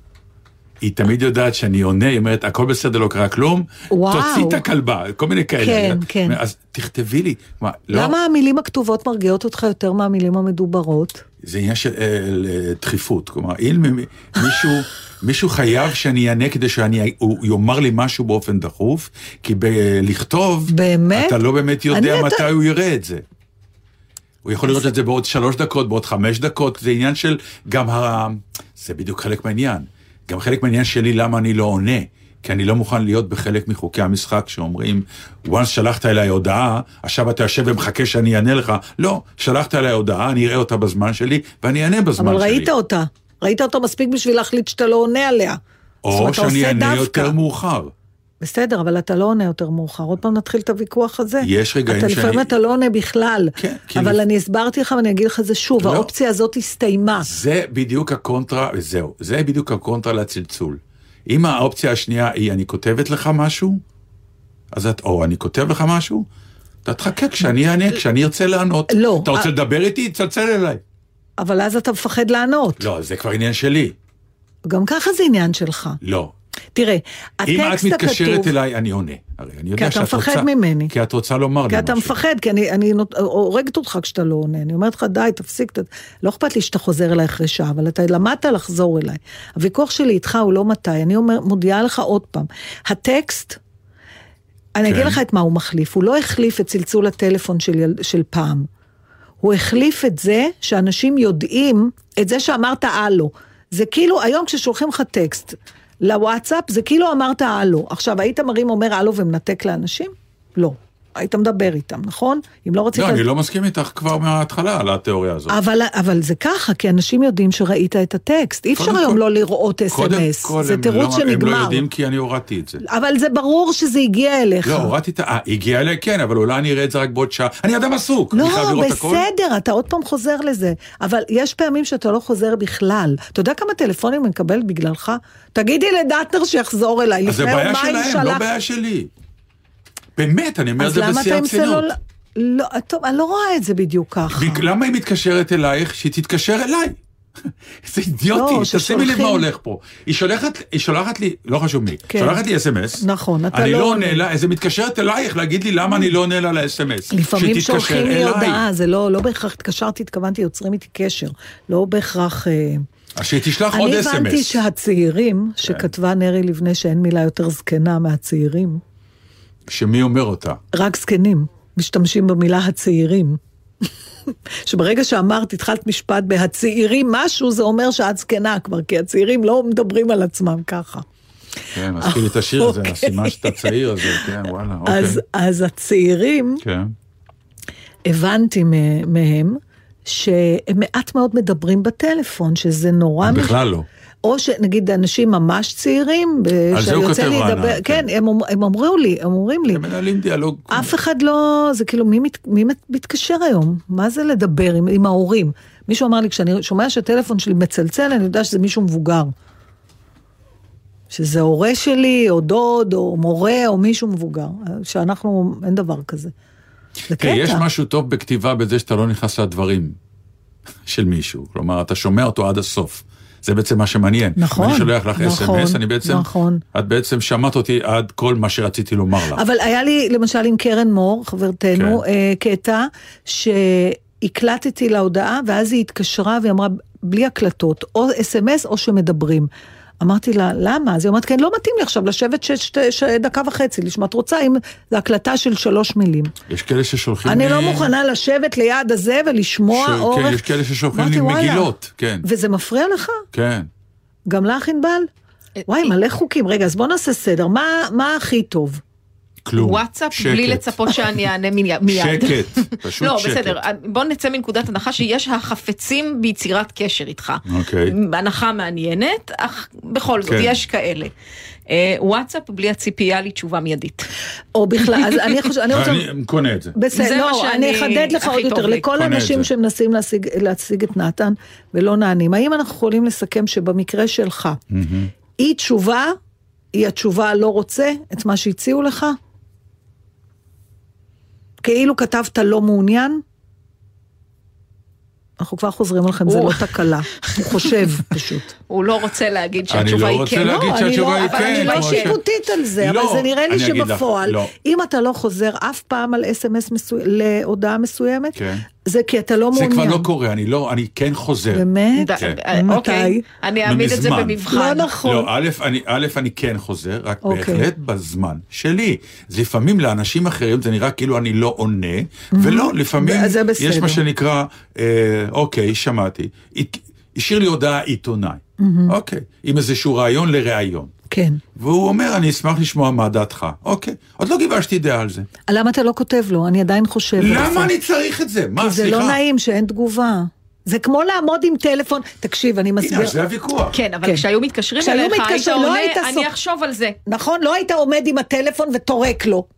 היא תמיד יודעת שאני עונה, היא אומרת, הכל בסדר, לא קרה כלום, וואו. תוציא את הכלבה, כל מיני כאלה. כן, כן. אז תכתבי לי. מה, לא, למה המילים הכתובות מרגיעות אותך יותר מהמילים המדוברות? זה עניין של אה, דחיפות. כלומר, אם מישהו, מישהו חייב שאני אענה כדי שהוא יאמר לי משהו באופן דחוף, כי לכתוב, באמת? אתה לא באמת יודע אני מתי אתה... הוא יראה את זה. הוא יכול לראות את זה בעוד שלוש דקות, בעוד חמש דקות, זה עניין של גם ה... זה בדיוק חלק מהעניין. גם חלק מהעניין שלי למה אני לא עונה, כי אני לא מוכן להיות בחלק מחוקי המשחק שאומרים, once שלחת אליי הודעה, עכשיו אתה יושב ומחכה שאני אענה לך. לא, שלחת אליי הודעה, אני אראה אותה בזמן שלי, ואני אענה בזמן אבל שלי. ראית אותה. ראית אותו מספיק בשביל להחליט שאתה לא עונה עליה. או שאני אענה יותר מאוחר. בסדר, אבל אתה לא עונה יותר מאוחר. עוד פעם נתחיל את הוויכוח הזה. יש רגעים שאני... לפעמים אתה לא עונה בכלל. כן, אבל לפ... אני הסברתי לך ואני אגיד לך זה שוב, לא. האופציה הזאת הסתיימה. זה בדיוק הקונטרה, זהו, זה בדיוק הקונטרה לצלצול. אם האופציה השנייה היא, אני כותבת לך משהו, אז את, או אני כותב לך משהו, אתה תחכה כשאני אענה, כשאני ארצה לענות. לא. אתה רוצה לדבר איתי? תצלצל אליי. אבל אז אתה מפחד לענות. לא, זה כבר עניין שלי. גם ככה זה עניין שלך. לא. תראה, אם את הטקסט מתקשרת הכתוב... אליי, אני עונה. הרי אני יודע כי אתה שאת מפחד רוצה... ממני. כי את רוצה לומר לי כי משהו. אתה מפחד, כי אני, אני הורגת אותך כשאתה לא עונה. אני אומרת לך, די, תפסיק. ת... לא אכפת לי שאתה חוזר אליי אחרי שעה, אבל אתה למדת לחזור אליי. הוויכוח שלי איתך הוא לא מתי. אני אומר, מודיעה לך עוד פעם. הטקסט, אני כן. אגיד לך את מה הוא מחליף. הוא לא החליף את צלצול הטלפון של, של פעם. הוא החליף את זה שאנשים יודעים, את זה שאמרת הלו. זה כאילו, היום כששולחים לך טקסט לוואטסאפ, זה כאילו אמרת הלו. עכשיו, היית מרים אומר הלו ומנתק לאנשים? לא. היית מדבר איתם, נכון? אם לא רצית... לא, אני לא מסכים איתך כבר מההתחלה על התיאוריה הזאת. אבל, אבל זה ככה, כי אנשים יודעים שראית את הטקסט. אי אפשר היום לא לראות אס אם אס. זה תירוץ שנגמר. הם לא יודעים כי אני הורדתי את זה. אבל זה ברור שזה הגיע אליך. לא, הורדתי את... אה, הגיע אליי, כן, אבל אולי אני אראה את זה רק בעוד שעה. אני אדם עסוק. לא, בסדר, אתה עוד פעם חוזר לזה. אבל יש פעמים שאתה לא חוזר בכלל. אתה יודע כמה טלפונים אני מקבלת בגללך? תגידי לדאטנר שיחזור אליי. אז זה בעיה שלהם, לא בעיה שלי. באמת, אני אומר את זה בשיא הרצינות. לא, טוב, אני לא רואה את זה בדיוק ככה. למה היא מתקשרת אלייך? שהיא תתקשר אליי. זה אידיוטי, לא, תשימי לב ששולחים- מה הולך פה. היא שולחת, היא שולחת לי, לא חשוב מי, כן. שולחת לי אס אם אס. נכון, אתה אני לא לא עונה. עונה לה, אז היא מתקשרת אלייך להגיד לי למה אני לא עונה לה ל-אס אם אס. לפעמים שולחים לי אליי. הודעה, זה לא, לא בהכרח, התקשרתי, התכוונתי, יוצרים איתי קשר. לא בהכרח... אה, אז שהיא תשלח עוד אני אס אם הבנתי אס. שהצעירים, שכתבה נרי לבנה שאין מילה יותר זקנה מהצעירים, שמי אומר אותה? רק זקנים, משתמשים במילה הצעירים. שברגע שאמרת, התחלת משפט בהצעירים משהו, זה אומר שאת זקנה כבר, כי הצעירים לא מדברים על עצמם ככה. כן, מזכיר לי את השיר הזה, הסימן שאתה צעיר הזה, כן, וואלה, אוקיי. אז, אז הצעירים, כן. הבנתי מ- מהם, שהם מעט מאוד מדברים בטלפון, שזה נורא... מש- בכלל לא. או שנגיד אנשים ממש צעירים, על זה הוא שיוצא כותב לי רענן, לדבר, כן. כן, הם, אומר- הם אמרו לי, הם אומרים לי, הם מנהלים דיאלוג. אף אחד לא, זה כאילו, מי, מת, מי מת- מתקשר היום? מה זה לדבר עם, עם ההורים? מישהו אמר לי, כשאני שומע שהטלפון שלי מצלצל, אני יודע שזה מישהו מבוגר. שזה הורה שלי, או דוד, או מורה, או מישהו מבוגר. שאנחנו, אין דבר כזה. זה כן, יש קטע. משהו טוב בכתיבה בזה שאתה לא נכנס לדברים של מישהו. כלומר, אתה שומע אותו עד הסוף. זה בעצם מה שמעניין. נכון, אם אני שולח לך אס אם אס, נכון, אני בעצם, נכון. את בעצם שמעת אותי עד כל מה שרציתי לומר לך. אבל היה לי, למשל, עם קרן מור, חברתנו, כן. אה, קטע, שהקלטתי להודעה, ואז היא התקשרה והיא אמרה, בלי הקלטות, או אס אם אס או שמדברים. אמרתי לה, למה? אז היא אומרת, כן, לא מתאים לי עכשיו לשבת ש- ש- ש- דקה וחצי, לשמה את רוצה, אם זו הקלטה של שלוש מילים. יש כאלה ששולחים אני לי... לא מוכנה לשבת ליד הזה ולשמוע ש- אורך. כן, יש כאלה ששולחים אמרתי, לי וואלה. מגילות, כן. וזה מפריע לך? כן. גם לך, ענבל? וואי, מלא חוקים. רגע, אז בוא נעשה סדר. מה, מה הכי טוב? כלום. וואטסאפ שקט. בלי לצפות שאני אענה מיד. מיד. שקט, פשוט לא, שקט. בסדר, בוא נצא מנקודת הנחה שיש החפצים ביצירת קשר איתך. אוקיי. הנחה מעניינת, אך בכל זאת, כן. יש כאלה. אה, וואטסאפ בלי הציפייה לתשובה מיידית. או בכלל, אז אני חושב, אני רוצה... אני קונה את זה. בסדר, זה מה לא, שאני- אני אחדד לך הכי עוד טוב יותר, לי. לכל קונה את האנשים זה. שמנסים להשיג, להשיג את נתן ולא נענים. האם אנחנו יכולים לסכם שבמקרה שלך, אי תשובה, היא התשובה לא רוצה את מה שהציעו לך? כאילו כתבת לא מעוניין? אנחנו כבר חוזרים לכם, זה הוא- לא תקלה. הוא חושב פשוט. הוא לא רוצה להגיד אני שהתשובה לא היא רוצה כן. להגיד לא, שהתשובה אני לא- היא אבל כן, אני לא כמו ש- שיפוטית על זה, לא, אבל זה נראה לי אני אגיד לך, שבפועל, לא. אם אתה לא חוזר אף פעם על אס אם אס מסו... להודעה מסוימת, כן. זה כי אתה לא זה מעוניין. כבר לא קורה, אני לא, אני כן חוזר. באמת? ד- כן. אה, מתי? אוקיי, אני אעמיד את זה מזמן. במבחן. לא נכון. לא, א', אני, א', אני כן חוזר, רק אוקיי. בהחלט בזמן שלי. אז לפעמים לאנשים אחרים זה נראה כאילו אני לא עונה, ולא, לפעמים זה בסדר. יש מה שנקרא, אה, אוקיי, שמעתי, השאיר לי הודעה עיתונאי, אוקיי, עם איזשהו רעיון לראיון. כן. והוא אומר, אני אשמח לשמוע מה דעתך. אוקיי, עוד לא גיבשתי דעה על זה. למה אתה לא כותב לו? אני עדיין חושבת. למה אני צריך את זה? מה, כי זה סליחה? לא נעים שאין תגובה. זה כמו לעמוד עם טלפון. תקשיב, אני מסביר. הנה, זה הוויכוח. כן, אבל כן. כשהיו מתקשרים כשהיו אליך, היית מתקשרים, לא עונה, היית אני סוף- אחשוב על זה. נכון? לא היית עומד עם הטלפון וטורק לו.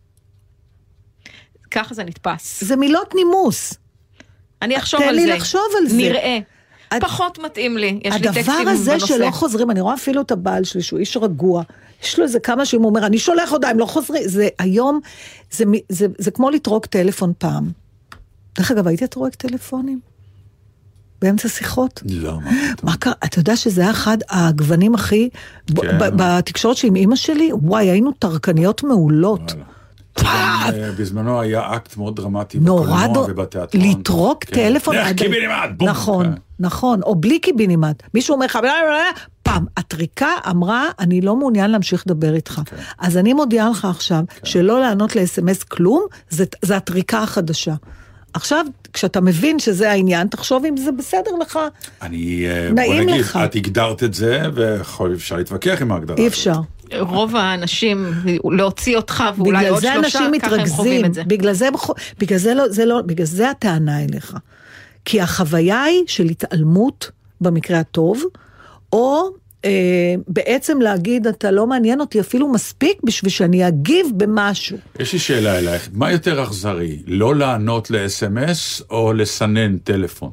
ככה זה נתפס. זה מילות נימוס. אני אחשוב תן על לי זה. לחשוב על זה. נראה. הד- פחות מתאים לי. יש לי הדבר טקסטים הזה בנושא. שלא חוזרים, אני רואה אפילו את הבעל שלי, שהוא איש רגוע, יש לו איזה כמה שהוא אומר, אני שולח הודעה, הם לא חוזרים, זה היום, זה, מ- זה, זה כמו לטרוק טלפון פעם. דרך אגב, הייתי טורק טלפונים? באמצע שיחות? לא, מה פתאום. מה קרה? אתה יודע שזה היה אחד הגוונים הכי, ב- כן. ב- בתקשורת שלי עם אמא שלי, וואי, היינו טרקניות מעולות. גם, אה, בזמנו היה אקט מאוד דרמטי נורא בקולנוע דו... ובתיאטרון. לטרוק כן. טלפון. לך עד- קיבינימט, בום. נכון, כן. נכון, או בלי קיבינימט. מישהו אומר לך, "בלה, בלה, בלה", פעם, הטריקה אמרה, אני לא מעוניין להמשיך לדבר איתך. אז אני מודיעה לך עכשיו, שלא לענות ל-אס אם אס כלום, זה, זה הטריקה החדשה. עכשיו, כשאתה מבין שזה העניין, תחשוב אם זה בסדר לך. אני, אה, נעים בוא נגיד, לך. את הגדרת את זה, ואפשר להתווכח עם ההגדרה. אי הזאת. אפשר. רוב האנשים, להוציא אותך ואולי בגלל עוד זה שלושה, אנשים ככה הם חווים מתרכזים, את זה. בגלל זה, בגלל זה, לא, זה לא, בגלל זה הטענה אליך. כי החוויה היא של התעלמות, במקרה הטוב, או אה, בעצם להגיד, אתה לא מעניין אותי אפילו מספיק, בשביל שאני אגיב במשהו. יש לי שאלה אלייך, מה יותר אכזרי, לא לענות ל-אס אם אס או לסנן טלפון?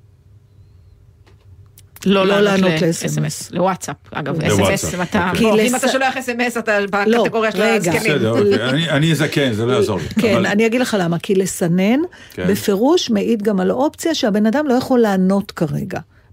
לא לא לענות לענות ל-אס אם אס. ל-אס אם אס, לוואטסאפ. אגב, לוואטסאפ. אס אם אס, אם אתה, אוקיי. בוא, כי אם לס- אתה שולח אס אם אס, אתה לא, בקטגוריה של רגע. הזקנים. בסדר, אוקיי, אני- אני זקן, זה לא יעזור לי. כן, אבל- אני אגיד לך למה, כי לסנן, כן. בפירוש מעיד גם על האופציה שהבן אדם לא יכול לענות כרגע.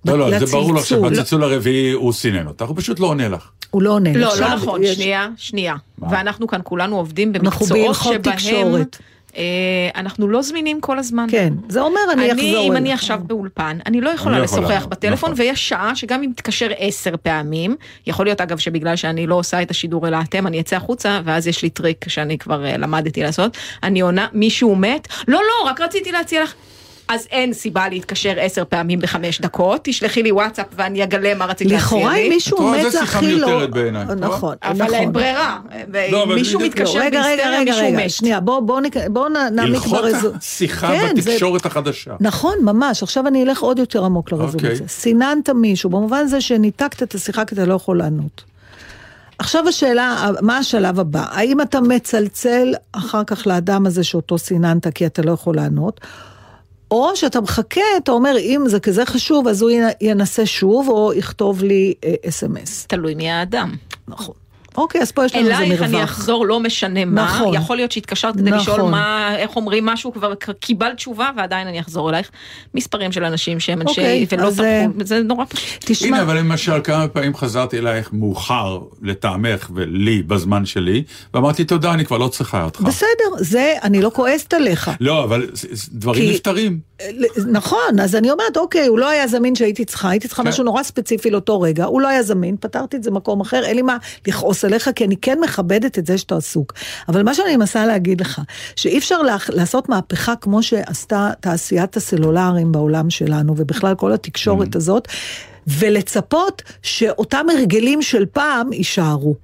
לא, לא, זה לצלצול. ברור לך שבצלצול הרביעי הוא סינן אותך, הוא פשוט לא עונה לך. הוא לא עונה. לא, לא עכשיו נכון, יש- שנייה, שנייה. ואנחנו כאן כולנו עובדים אנחנו במקצועות בהלכות שבהם תקשורת. אה, אנחנו לא זמינים כל הזמן. כן, זה אומר אני אחזור אני, אם אליך. אני עכשיו באולפן, אני לא יכולה אני לא יכולה, לשוחח בטלפון, נכון. ויש שעה שגם אם תתקשר עשר פעמים, יכול להיות אגב שבגלל שאני לא עושה את השידור אלא אתם, אני אצא החוצה, ואז יש לי טריק שאני כבר uh, למדתי לעשות, אני עונה, מישהו מת, לא, לא, רק רציתי להציע לך, אז אין סיבה להתקשר עשר פעמים בחמש דקות, תשלחי לי וואטסאפ ואני אגלה מה רציתי להציע לכאורה אם לי, מישהו את רואה, מת זה זה שיחה הכי לא... מיותרת בעיניי, את רואה? נכון, אבל נכון. אין ברירה, לא, אבל מישהו בדיוק מתקשר לא, רגע, רגע, בהיסטריה, רגע, מישהו רגע, מת. שנייה, בוא, בוא, נק... בוא נ- נעמיק הלכות ברזו... השיחה כן, זה- בתקשורת החדשה. נכון, ממש, עכשיו אני אלך עוד יותר עמוק לרזולוציה. אוקיי. סיננת מישהו, במובן זה שניתקת את השיחה כי אתה לא יכול לענות. עכשיו השאלה, מה השלב הבא? האם אתה מצלצל אחר כך לאדם הזה שאותו סיננת כי אתה לא יכול לענות, או שאתה מחכה, אתה אומר, אם זה כזה חשוב, אז הוא ינסה שוב, או יכתוב לי אס אם אס. תלוי מי האדם. נכון. אוקיי, אז פה יש לנו איזה אלייך אני מרווח. אחזור לא משנה מה, נכון. יכול להיות שהתקשרת כדי לשאול נכון. מה, איך אומרים משהו, כבר קיבל תשובה ועדיין אני אחזור אלייך. מספרים של אנשים שהם אנשי, אוקיי, ולא אז, טרחו, זה נורא פשוט. תשמע, הנה, אבל למשל, כמה פעמים חזרתי אלייך מאוחר לטעמך ולי בזמן שלי, ואמרתי, תודה, אני כבר לא צריכה אותך. בסדר, זה, אני לא כועסת עליך. לא, אבל זה- זה דברים כי- נפתרים. נכון, אז אני אומרת, אוקיי, הוא לא היה זמין שהייתי צריכה, הייתי צריכה כן. משהו נורא ספציפי לאותו רגע, הוא לא היה זמין, פתרתי את זה מקום אחר, אין לי מה לכעוס עליך, כי אני כן מכבדת את זה שאתה עסוק. אבל מה שאני מנסה להגיד לך, שאי אפשר לה- לעשות מהפכה כמו שעשתה תעשיית הסלולרים בעולם שלנו, ובכלל כל התקשורת הזאת, ולצפות שאותם הרגלים של פעם יישארו.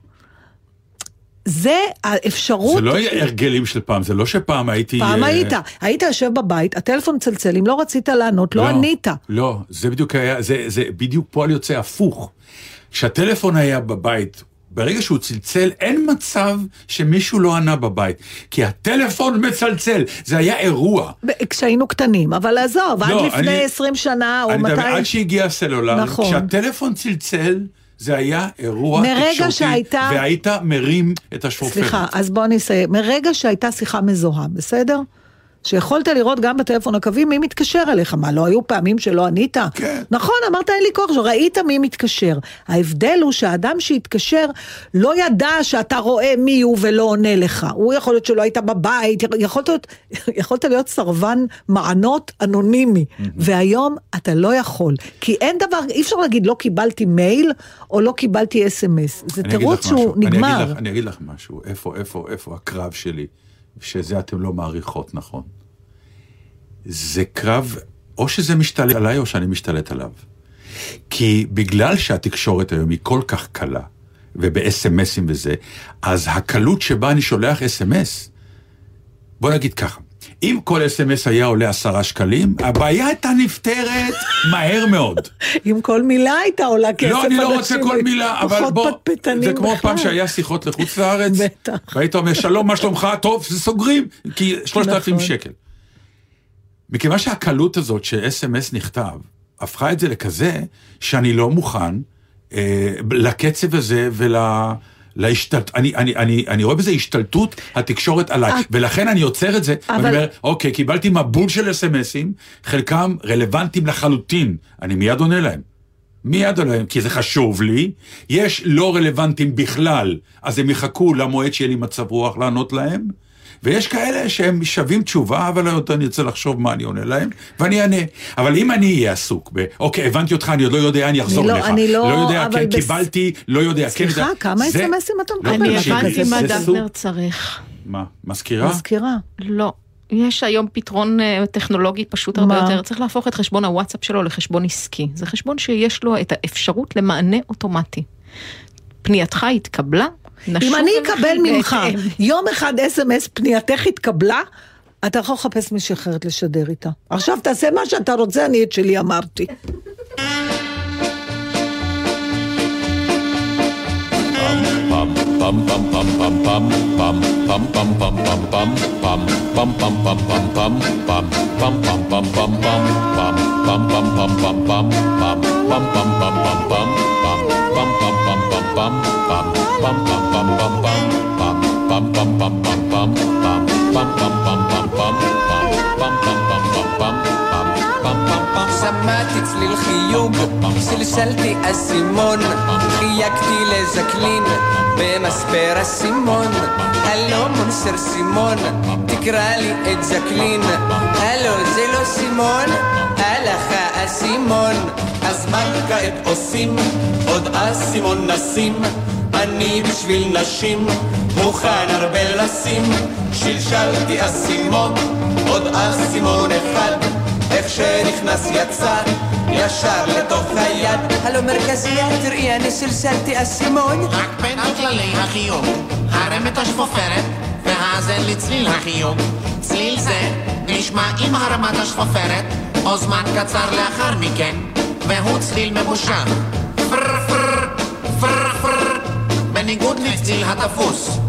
זה האפשרות... זה לא יהיה הרגלים של פעם, זה לא שפעם הייתי... פעם אה, היית, היית יושב בבית, הטלפון צלצל, אם לא רצית לענות, לא ענית. לא, זה בדיוק היה, זה, זה בדיוק פועל יוצא הפוך. כשהטלפון היה בבית, ברגע שהוא צלצל, אין מצב שמישהו לא ענה בבית. כי הטלפון מצלצל, זה היה אירוע. ב- כשהיינו קטנים, אבל עזוב, עד לא, לפני אני- עשרים שנה, או אני מתי... מדבר, עד שהגיע הסלולר, נכון. כשהטלפון צלצל, זה היה אירוע מרגע תקשורתי, שהייתה- והיית מרים את השפופרת. סליחה, אז בוא נסיים. מרגע שהייתה שיחה מזוהה, בסדר? שיכולת לראות גם בטלפון הקווי מי מתקשר אליך, מה, לא היו פעמים שלא ענית? כן. נכון, אמרת אין לי כוח, ראית מי מתקשר. ההבדל הוא שהאדם שהתקשר לא ידע שאתה רואה מי הוא ולא עונה לך. הוא יכול להיות שלא היית בבית, יכולת להיות, יכולת להיות סרבן מענות אנונימי, והיום אתה לא יכול. כי אין דבר, אי אפשר להגיד לא קיבלתי מייל, או לא קיבלתי אס אם אס. זה אני אגיד תירוץ לך שהוא משהו, אני אגיד נגמר. לך- אני אגיד לך משהו, איפה, איפה, איפה הקרב שלי, שזה אתם לא מעריכות, נכון. זה קרב, או שזה משתלט עליי, או שאני משתלט עליו. כי בגלל שהתקשורת היום היא כל כך קלה, וב-אס אם אסים וזה, אז הקלות שבה אני שולח אס אם אס, בוא נגיד ככה, אם כל אס אם אס היה עולה עשרה שקלים, הבעיה הייתה נפתרת מהר מאוד. אם כל מילה הייתה עולה כסף, לא, אני לא רוצה אנשים כל מילה, אבל פחות בוא, פטפטנים זה כמו בכלל. פעם שהיה שיחות לחוץ לארץ, בטח. והיית אומר, שלום, מה שלומך? טוב, זה סוגרים, כי שלושת אלפים נכון. שקל. שקל. מכיוון שהקלות הזאת ש-אס אם אס נכתב, הפכה את זה לכזה, שאני לא מוכן אה, לקצב הזה ול... להשתלט, אני, אני, אני, אני רואה בזה השתלטות התקשורת עליי, ולכן אני יוצר את זה, אבל- ואני אומר, אוקיי, קיבלתי מבול של אס אם אסים, חלקם רלוונטיים לחלוטין, אני מיד עונה להם. מיד עונה להם, כי זה חשוב לי, יש לא רלוונטיים בכלל, אז הם יחכו למועד שיהיה לי מצב רוח לענות להם, ויש כאלה שהם שווים תשובה, אבל עוד אני רוצה לחשוב מה אני עונה להם, ואני אענה. אבל אם אני אהיה עסוק ב, אוקיי, הבנתי אותך, אני עוד לא יודע, אני אחזור אני לא- לך. אני לא- לא יודע, אבל כן, בס- קיבלתי, לא יודע, כן סליחה, יודע. כמה זה- אס אם אסים אתה לא, מקבל? אני תקשיבי, הבנתי זה- מה זה סוג- דטנר צריך. מה, מזכירה? מזכירה. לא. יש היום פתרון אה, טכנולוגי פשוט הרבה מה? יותר. צריך להפוך את חשבון הוואטסאפ שלו לחשבון עסקי. זה חשבון שיש לו את האפשרות למענה אוטומטי. פנייתך התקבלה, נשוב אם אני אליך אקבל ממך בהתאם. יום אחד אס אם אס פנייתך התקבלה, אתה יכול לחפש מישהי אחרת לשדר איתה. עכשיו תעשה מה שאתה רוצה, אני את שלי אמרתי. Semantics צליל חיוג, סלסלתי אסימון, חייגתי לז'קלין, במספר אסימון, הלו מונסר סימון, תקרא לי את ז'קלין, הלו זה לא סימון, הלכה אסימון, אז מה כעת עושים? עוד אסימון נשים, אני בשביל נשים, מוכן הרבה לשים, שלשלתי אסימון, עוד אסימון אחד, איך שנכנס יצא, ישר לתוך היד. הלו מרכזייה, תראי, אני סלסלתי אסימון. רק בין הכללי החיוג, הרם את השפופרת, והאזן לצליל החיוג. צליל זה נשמע עם הרמת השפופרת, או זמן קצר לאחר מכן, והוא צליל ממושך. פר פר, פר פר, בניגוד לצליל התפוס.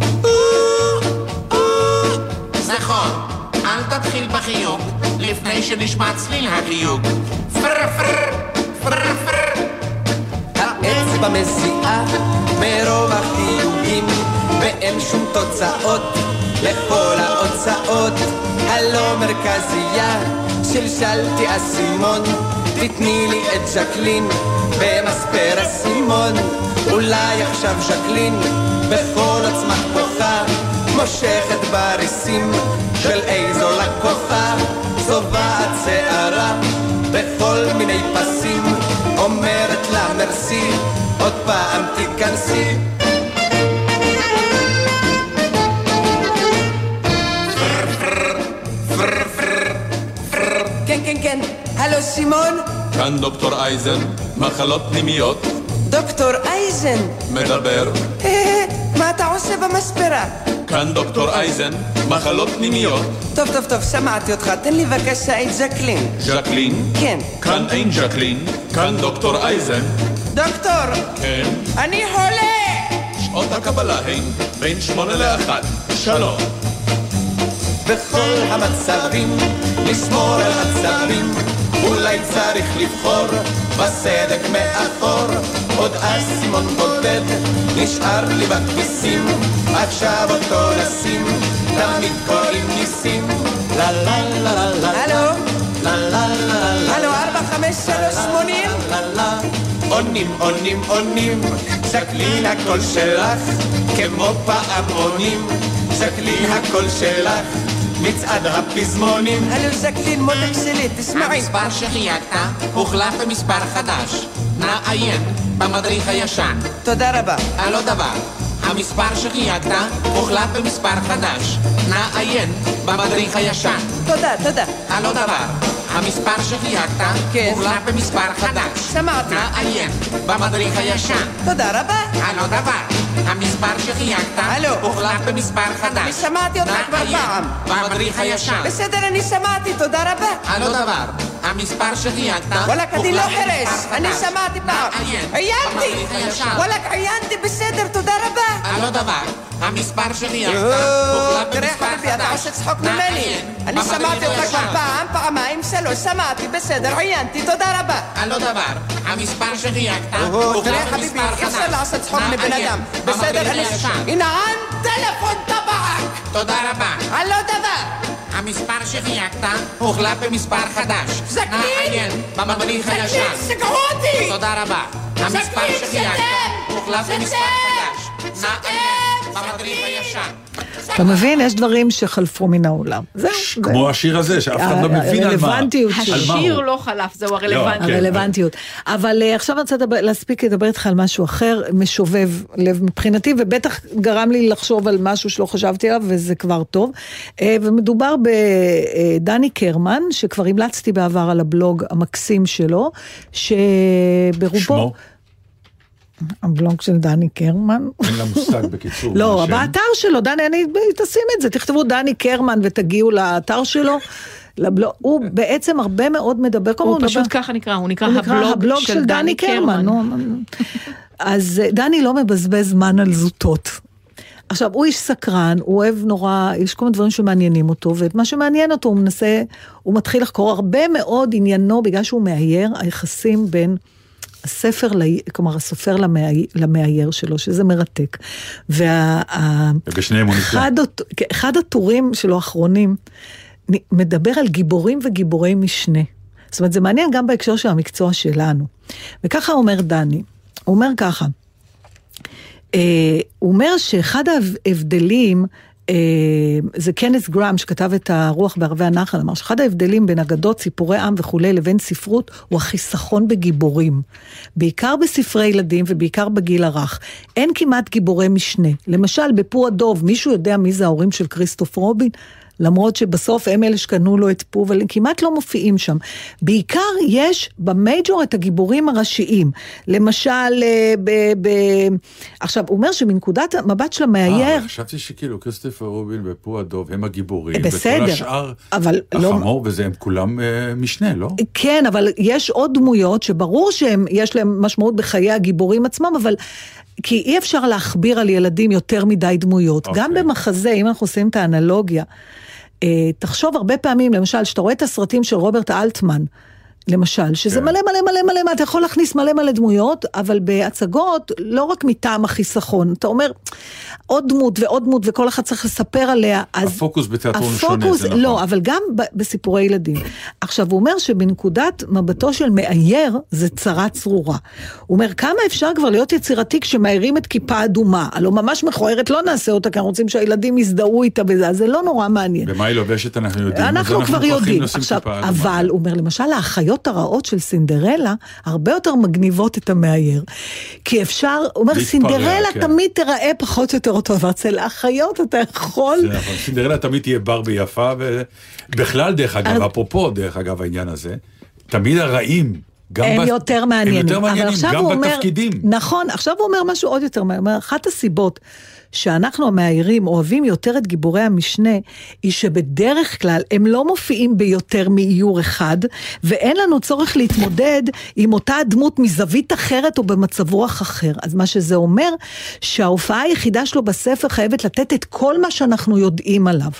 נכון, אל תתחיל בחיוג, לפני שנשמע צליל החיוג. פר פר, פר פר. האצבע מזיעה מרוב החיוגים, ואין שום תוצאות לכל ההוצאות. הלא מרכזייה, שלשלתי אסימון, תתני לי את ז'קלין במספר אסימון. אולי עכשיו ז'קלין בכל עוצמת כוחה מושכת בריסים של איזו לקוחה, צובעת שערה בכל מיני פסים, אומרת לה מרסי, עוד פעם תיכנסי. כן, כן, כן, הלו סימון? כאן דוקטור אייזן, מחלות פנימיות. דוקטור אייזן? מדבר. מה אתה עושה במספרה? כאן דוקטור אייזן, מחלות פנימיות. טוב, טוב, טוב, שמעתי אותך, תן לי בבקשה את ז'קלין. ז'קלין? כן. כאן אין ז'קלין, כאן דוקטור אייזן. דוקטור! כן? אני חולה! שעות הקבלה הן בין שמונה לאחת. שלום. בכל המצבים, לשמור על עצבים, אולי צריך לבחור בסדק מאחור. עוד אסימון בודד נשאר לי בכיסים, עכשיו אותו נשים, תמיד קוראים ניסים. לה לה לה לה לה. הלו? לה לה לה לה. הלו, ארבע חמש שלוש שמונים? לה לה. עונים עונים עונים, ז'קלין הקול שלך כמו פעמונים, ז'קלין הקול שלך מצעד הפזמונים. הלו ז'קלין, מותק שלי, תשמעי. המספר שחייגת הוחלף במספר חדש, נא עיין במדריך הישן. תודה רבה. הלא דבר, המספר שחייגת הוחלף במספר חדש, נא עיין במדריך הישן. תודה, תודה. הלא דבר, המספר שחייגת הוחלף במספר חדש, שמעתי. נא עיין במדריך הישן. תודה רבה. הלא דבר, המספר שחייגת הוחלף במספר חדש, אני שמעתי אותך כבר פעם. במדריך הישן. בסדר, אני שמעתי, תודה רבה. הלא דבר, המספר שחייגת וואלק, אני לא חרש, אני שמעתי פעם. עיינתי! וואלק, עיינתי, בסדר, תודה רבה. הלא דבר, המספר שחייגת תראה חביבי, אתה עושה צחוק ממני. אני שמעתי אותך כבר פעם, פעמיים, שלוש, שמעתי, בסדר, עיינתי, תודה רבה. הלא דבר, המספר שחייגת תראה חביבי, אי אפשר לעשות צחוק מבן אדם. בסדר, אני... הנה, טלפון טבעק! תודה רבה. הלא דבר! המספר שחייגת הוחלף במספר חדש. זקלין! נא עיין במדריך הישן. זקלין, סגרו אותי! תודה רבה. המספר שחייגת הוחלף במספר חדש. נא עיין במדריך הישן. אתה מבין? יש דברים שחלפו מן העולם. זהו. כמו השיר הזה, שאף אחד לא מבין על מה. הרלוונטיות. השיר לא חלף, זהו הרלוונטיות. הרלוונטיות. אבל עכשיו אני רוצה להספיק לדבר איתך על משהו אחר, משובב לב מבחינתי, ובטח גרם לי לחשוב על משהו שלא חשבתי עליו, וזה כבר טוב. ומדובר בדני קרמן, שכבר המלצתי בעבר על הבלוג המקסים שלו, שברובו... שמו? הבלוג של דני קרמן. אין לה מושג בקיצור. לא, באתר שלו, דני, אני תשים את זה, תכתבו דני קרמן ותגיעו לאתר שלו. הוא בעצם הרבה מאוד מדבר. הוא פשוט ככה נקרא, הוא נקרא הבלוג של דני קרמן. אז דני לא מבזבז זמן על זוטות. עכשיו, הוא איש סקרן, הוא אוהב נורא, יש כל מיני דברים שמעניינים אותו, ואת מה שמעניין אותו הוא מנסה, הוא מתחיל לחקור הרבה מאוד עניינו, בגלל שהוא מאייר, היחסים בין הספר, כלומר הסופר למאייר שלו, שזה מרתק. ואחד הטורים שלו האחרונים, מדבר על גיבורים וגיבורי משנה. זאת אומרת, זה מעניין גם בהקשר של המקצוע שלנו. וככה אומר דני, הוא אומר ככה, אה, הוא אומר שאחד ההבדלים, זה קנס גרם שכתב את הרוח בערבי הנחל, אמר שאחד ההבדלים בין אגדות, סיפורי עם וכולי לבין ספרות הוא החיסכון בגיבורים. בעיקר בספרי ילדים ובעיקר בגיל הרך. אין כמעט גיבורי משנה. למשל בפור הדוב, מישהו יודע מי זה ההורים של כריסטוף רובין? למרות שבסוף הם אלה שקנו לו את פור, אבל כמעט לא מופיעים שם. בעיקר יש במייג'ור את הגיבורים הראשיים. למשל, ב, ב, עכשיו, הוא אומר שמנקודת המבט של המאייר... אה, חשבתי שכאילו כריסטוף רובין בפור הדוב הם הגיבורים. בסדר. וכל השאר, אבל החמור לא... וזה הם כולם אה, משנה, לא? כן, אבל יש עוד דמויות שברור שיש להם משמעות בחיי הגיבורים עצמם, אבל... כי אי אפשר להכביר על ילדים יותר מדי דמויות. Okay. גם במחזה, אם אנחנו עושים את האנלוגיה, תחשוב הרבה פעמים, למשל, שאתה רואה את הסרטים של רוברט אלטמן, למשל, שזה מלא מלא מלא מלא, מלא, אתה יכול להכניס מלא מלא דמויות, אבל בהצגות, לא רק מטעם החיסכון, אתה אומר, עוד דמות ועוד דמות, וכל אחד צריך לספר עליה, אז... הפוקוס בתיאטרון שונה, זה נכון. לא, אבל גם בסיפורי ילדים. עכשיו, הוא אומר שבנקודת מבטו של מאייר, זה צרה צרורה. הוא אומר, כמה אפשר כבר להיות יצירתי כשמאיירים את כיפה אדומה? הלוא ממש מכוערת, לא נעשה אותה, כי אנחנו רוצים שהילדים יזדהו איתה בזה, אז זה לא נורא מעניין. במה היא לובשת, אנחנו יודעים. אנחנו כבר יודעים. עכשיו, אבל, הוא אומר, למשל, האחיות הרעות של סינדרלה, הרבה יותר מגניבות את המאייר. כי אפשר, הוא אומר, סינדרלה כן. תמיד תראה פחות יותר אותו, אבל אצל האחיות אתה יכול... זה נכון, סינדרלה תמיד תהיה בר ביפה, ובכלל דרך אגב, אפרופו דרך אגב העניין הזה, תמיד הרעים, הם יותר מעניינים. הם יותר מעניינים, גם בתפקידים. נכון, עכשיו הוא אומר משהו עוד יותר מעניין, אחת הסיבות שאנחנו המאיירים אוהבים יותר את גיבורי המשנה, היא שבדרך כלל הם לא מופיעים ביותר מאיור אחד, ואין לנו צורך להתמודד עם אותה דמות מזווית אחרת או במצב רוח אחר. אז מה שזה אומר, שההופעה היחידה שלו בספר חייבת לתת את כל מה שאנחנו יודעים עליו.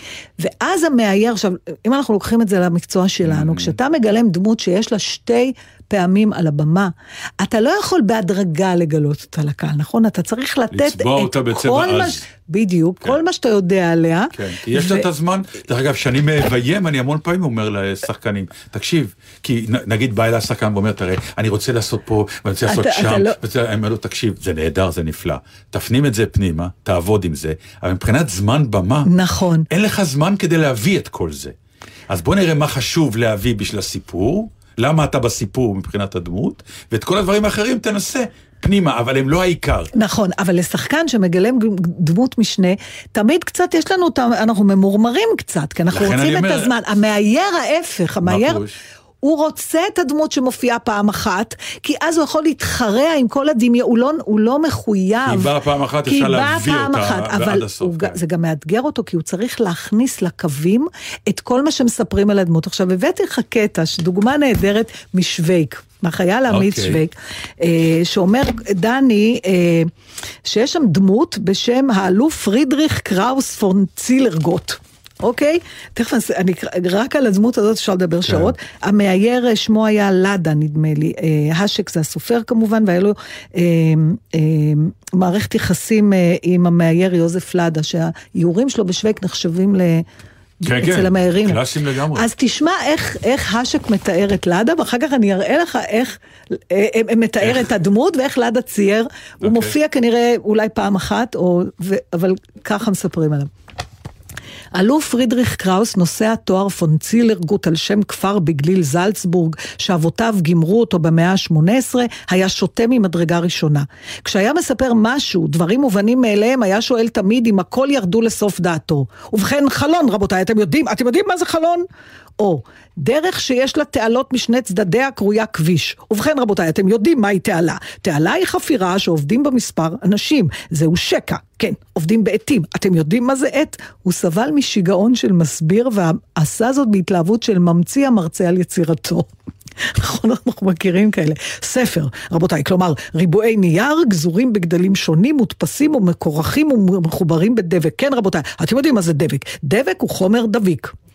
ואז המאייר, עכשיו, אם אנחנו לוקחים את זה למקצוע שלנו, כשאתה מגלם דמות שיש לה שתי פעמים על הבמה, אתה לא יכול בהדרגה לגלות אותה לקהל, נכון? אתה צריך לתת את כל מה... בדיוק, כן. כל מה שאתה יודע עליה. כן, כי יש ו... לה את הזמן, דרך אגב, שאני מביים, אני המון פעמים אומר לשחקנים, תקשיב, כי נגיד בא אלה השחקן ואומר, תראה, אני רוצה לעשות פה, ואני רוצה לעשות אתה, שם, אתה לא... ורוצה, אני אומר לו, תקשיב, זה נהדר, זה נפלא, תפנים את זה פנימה, תעבוד עם זה, אבל מבחינת זמן במה, נכון. אין לך זמן כדי להביא את כל זה. אז בוא נראה מה חשוב להביא בשביל הסיפור, למה אתה בסיפור מבחינת הדמות, ואת כל הדברים האחרים תנסה פנימה, אבל הם לא העיקר. נכון, אבל לשחקן שמגלם דמות משנה, תמיד קצת יש לנו, אנחנו ממורמרים קצת, כי אנחנו רוצים את הזמן. המאייר ההפך, המאייר... הוא רוצה את הדמות שמופיעה פעם אחת, כי אז הוא יכול להתחרע עם כל הדמיון, הוא לא, הוא לא מחויב. כי באה פעם אחת, אפשר להביא אותה ועד הסוף. כן. זה גם מאתגר אותו, כי הוא צריך להכניס לקווים את כל מה שמספרים על הדמות. עכשיו, הבאתי לך קטע, דוגמה נהדרת משוויק, מהחייל העמית okay. שוויק, שאומר דני, שיש שם דמות בשם האלוף פרידריך קראוס פון צילרגוט. אוקיי? תכף, אני, רק על הדמות הזאת אפשר לדבר כן. שעות. המאייר שמו היה לדה, נדמה לי. השק זה הסופר כמובן, והיה לו אה, אה, מערכת יחסים אה, עם המאייר יוזף לדה, שהאיורים שלו בשוויק נחשבים ל... כן, אצל כן, המאיירים. קלאסים לגמרי. אז תשמע איך, איך השק מתאר את לדה, ואחר כך אני אראה לך איך אה, מתאר את הדמות, ואיך לדה צייר. הוא okay. מופיע כנראה אולי פעם אחת, או, ו, אבל ככה מספרים עליו. אלוף פרידריך קראוס נושא התואר פון צילרגוט על שם כפר בגליל זלצבורג, שאבותיו גימרו אותו במאה ה-שמונה עשרה, היה שותה ממדרגה ראשונה. כשהיה מספר משהו, דברים מובנים מאליהם, היה שואל תמיד אם הכל ירדו לסוף דעתו. ובכן, חלון, רבותיי, אתם יודעים, אתם יודעים מה זה חלון? או, דרך שיש לה תעלות משני צדדיה קרויה כביש. ובכן רבותיי, אתם יודעים מהי תעלה. תעלה היא חפירה שעובדים במספר אנשים. זהו שקע. כן, עובדים בעתים. אתם יודעים מה זה עת? הוא סבל משיגעון של מסביר, ועשה זאת בהתלהבות של ממציא המרצה על יצירתו. נכון, אנחנו מכירים כאלה. ספר, רבותיי, כלומר, ריבועי נייר, גזורים בגדלים שונים, מודפסים ומקורחים ומחוברים בדבק. כן, רבותיי, אתם יודעים מה זה דבק? דבק הוא חומר דביק.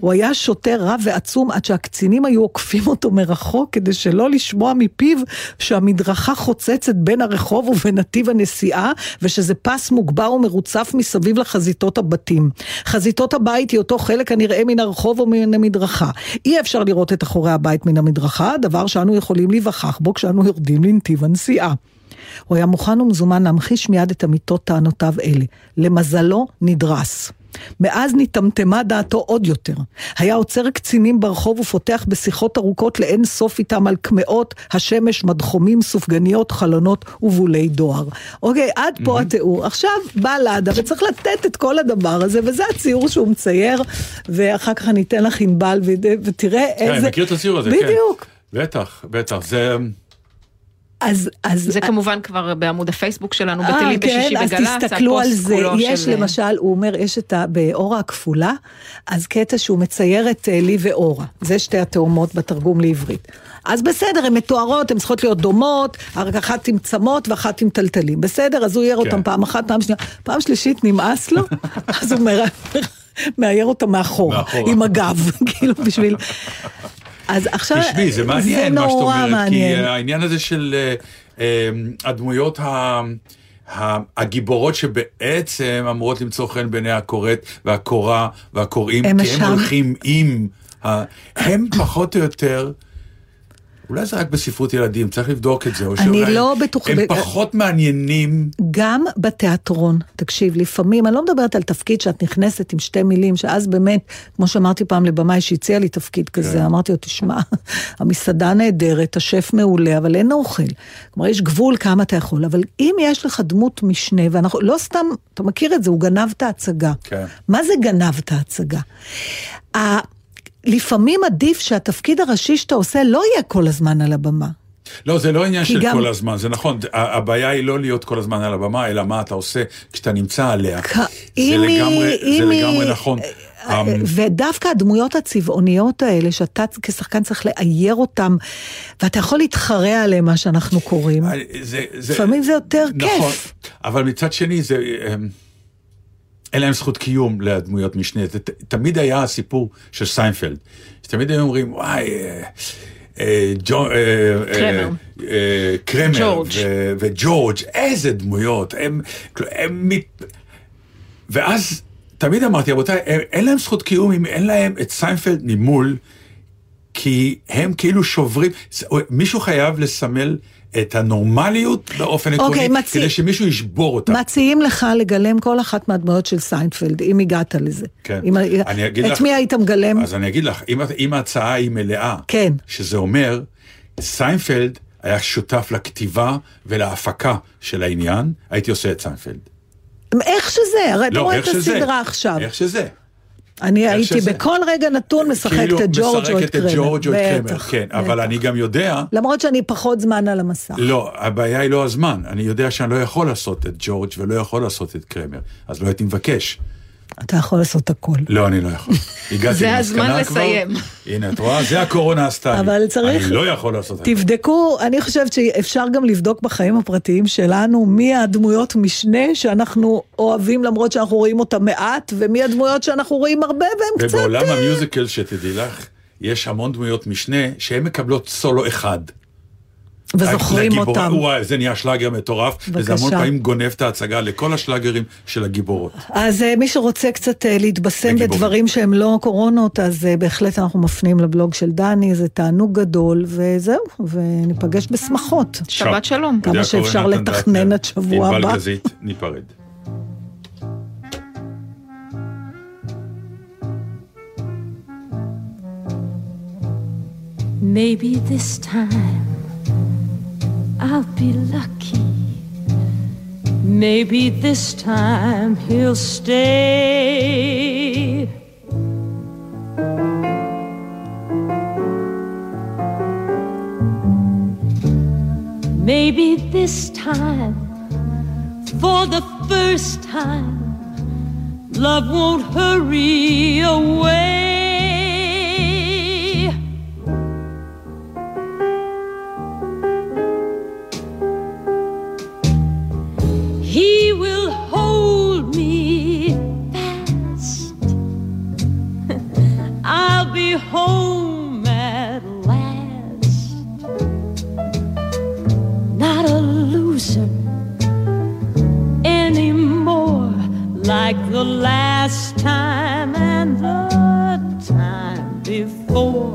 הוא היה שוטר רב ועצום עד שהקצינים היו עוקפים אותו מרחוק כדי שלא לשמוע מפיו שהמדרכה חוצצת בין הרחוב ובין נתיב הנסיעה ושזה פס מוגבר ומרוצף מסביב לחזיתות הבתים. חזיתות הבית היא אותו חלק הנראה מן הרחוב או מן המדרכה. אי אפשר לראות את אחורי הבית מן המדרכה, דבר שאנו יכולים להיווכח בו כשאנו יורדים לנתיב הנסיעה. הוא היה מוכן ומזומן להמחיש מיד את אמיתות טענותיו אלה. למזלו נדרס. מאז נתמתמה דעתו עוד יותר. היה עוצר קצינים ברחוב ופותח בשיחות ארוכות לאין סוף איתם על קמאות, השמש, מדחומים, סופגניות, חלונות ובולי דואר. אוקיי, עד פה mm-hmm. התיאור. עכשיו בא לאדה וצריך לתת את כל הדבר הזה, וזה הציור שהוא מצייר, ואחר כך אני אתן לך ענבל ותראה איזה... אני מכיר את הציור הזה, בדיוק. כן. בטח, בטח. זה... אז, אז, זה כמובן כבר בעמוד הפייסבוק שלנו, בטלי בשישי בגלץ, אז תסתכלו על זה, יש של... למשל, הוא אומר, יש את ה... באורה הכפולה, אז קטע שהוא מצייר את לי ואורה, זה שתי התאומות בתרגום לעברית. אז בסדר, הן מתוארות, הן צריכות להיות דומות, אחת עם צמות ואחת עם טלטלים, בסדר? אז הוא יהיה אותם פעם אחת, פעם שנייה, פעם שלישית נמאס לו, אז הוא מאייר אותם מאחורה, עם הגב, כאילו בשביל... אז עכשיו, תשמעי, זה מעניין מה שאתה אומרת, כי העניין הזה של הדמויות הגיבורות שבעצם אמורות למצוא חן בעיני הקוראת והקורא והקוראים, כי הם הולכים עם, הם פחות או יותר, אולי זה רק בספרות ילדים, צריך לבדוק את זה, או אני לא בטוח... הם פחות מעניינים. גם בתיאטרון, תקשיב, לפעמים, אני לא מדברת על תפקיד שאת נכנסת עם שתי מילים, שאז באמת, כמו שאמרתי פעם לבמאי, שהציע לי תפקיד כזה, אמרתי לו, תשמע, המסעדה נהדרת, השף מעולה, אבל אין אוכל. כלומר, יש גבול כמה אתה יכול, אבל אם יש לך דמות משנה, ואנחנו, לא סתם, אתה מכיר את זה, הוא גנב את ההצגה. כן. מה זה גנב את ההצגה? לפעמים עדיף שהתפקיד הראשי שאתה עושה לא יהיה כל הזמן על הבמה. לא, זה לא עניין של גם... כל הזמן, זה נכון, הבעיה היא לא להיות כל הזמן על הבמה, אלא מה אתה עושה כשאתה נמצא עליה. כ... זה, לגמרי, זה לגמרי נכון. ודווקא הדמויות הצבעוניות האלה, שאתה כשחקן צריך לאייר אותם, ואתה יכול להתחרע עליהם מה שאנחנו קוראים. זה, זה... לפעמים זה יותר נכון, כיף. אבל מצד שני זה... אין להם זכות קיום לדמויות משנה. זה תמיד היה הסיפור של סיינפלד. שתמיד הם אומרים, וואי, קרמר וג'ורג', איזה דמויות. ואז תמיד אמרתי, רבותיי, אין להם זכות קיום אם אין להם את סיינפלד ממול, כי הם כאילו שוברים, מישהו חייב לסמל את הנורמליות באופן עקרוני, okay, מציא... כדי שמישהו ישבור אותה. מציעים לך לגלם כל אחת מהדמויות של סיינפלד, אם הגעת לזה. כן. אם... אני אגיד את לך... מי היית מגלם? אז אני אגיד לך, אם, אם ההצעה היא מלאה, כן. שזה אומר, סיינפלד היה שותף לכתיבה ולהפקה של העניין, הייתי עושה את סיינפלד. איך שזה? הרי לא, אתה רואה את שזה. הסדרה עכשיו. איך שזה? אני הייתי בכל רגע נתון משחקת את ג'ורג' או את קרמר. ג'ורג' או את קרמר, כן, אבל אני גם יודע... למרות שאני פחות זמן על המסך. לא, הבעיה היא לא הזמן. אני יודע שאני לא יכול לעשות את ג'ורג' ולא יכול לעשות את קרמר, אז לא הייתי מבקש. אתה יכול לעשות הכל. לא, אני לא יכול. זה הזמן לסיים. הנה, את רואה? זה הקורונה עשתה לי. אבל צריך... אני לא יכול לעשות את זה. תבדקו, אני חושבת שאפשר גם לבדוק בחיים הפרטיים שלנו, מי הדמויות משנה שאנחנו אוהבים למרות שאנחנו רואים אותם מעט, ומי הדמויות שאנחנו רואים הרבה, והם קצת... ובעולם המיוזיקל שתדעי לך, יש המון דמויות משנה שהן מקבלות סולו אחד. וזוכרים אותם. וואי, זה נהיה שלאגר מטורף, וזה המון פעמים גונב את ההצגה לכל השלאגרים של הגיבורות. אז מי שרוצה קצת להתבשם בדברים שהם לא קורונות, אז בהחלט אנחנו מפנים לבלוג של דני, זה תענוג גדול, וזהו, וניפגש בשמחות. שבת שלום. כמה שאפשר לתכנן עד שבוע הבא. ענבל גזית, ניפרד. Maybe this time I'll be lucky. Maybe this time he'll stay. Maybe this time, for the first time, love won't hurry away. He will hold me fast. last time and the time before.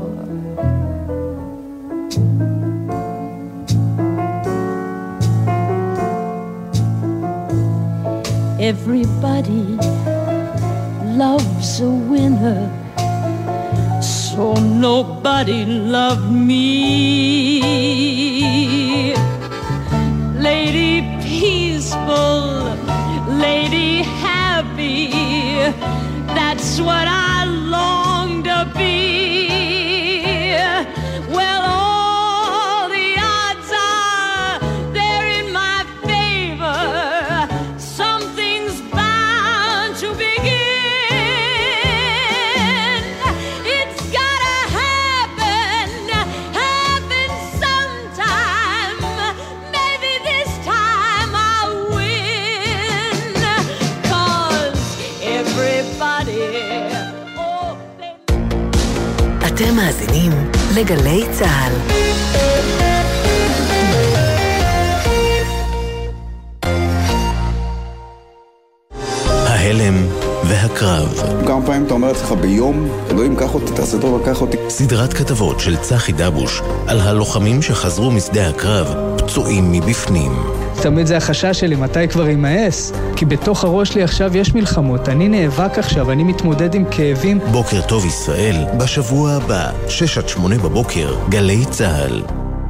Everybody loves a winner, so nobody loved me. Lady peaceful, lady happy, that's what I long to be. Well, all the odds are there in my favor. Something's bound to begin. It's gotta happen, happen sometime. Maybe this time I'll win. 'Cause everybody, oh, they... אתם מאזינים לגלי צהל. ההלם והקרב. כמה פעמים אתה אומר לך ביום, אלוהים קח אותי, תעשה טוב לקח אותי. סדרת כתבות של צחי דבוש על הלוחמים שחזרו משדה הקרב פצועים מבפנים. תמיד זה החשש שלי, מתי כבר יימאס? כי בתוך הראש לי עכשיו יש מלחמות, אני נאבק עכשיו, אני מתמודד עם כאבים. בוקר טוב ישראל, בשבוע הבא, שש עד שמונה בבוקר, גלי צהל.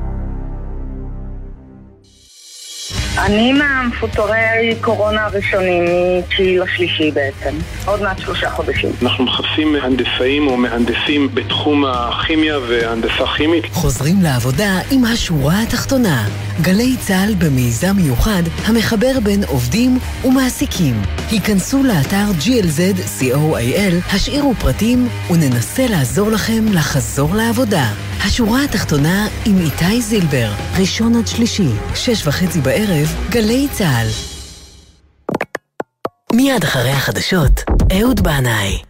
אני מהמפוטרי קורונה הראשונים, מתשיעי לשלישי בעצם, עוד מעט שלושה חודשים. אנחנו מחפשים מהנדסאים או מהנדסים בתחום הכימיה והנדסה כימית. חוזרים לעבודה עם השורה התחתונה. גלי צהל במיזם מיוחד המחבר בין עובדים ומעסיקים. היכנסו לאתר ג'י אל זד קו איי אל, השאירו פרטים וננסה לעזור לכם לחזור לעבודה. השורה התחתונה עם איתי זילבר, ראשון עד שלישי, שש וחצי בערב, גלי צהל. מיד אחרי החדשות, אהוד בנאי.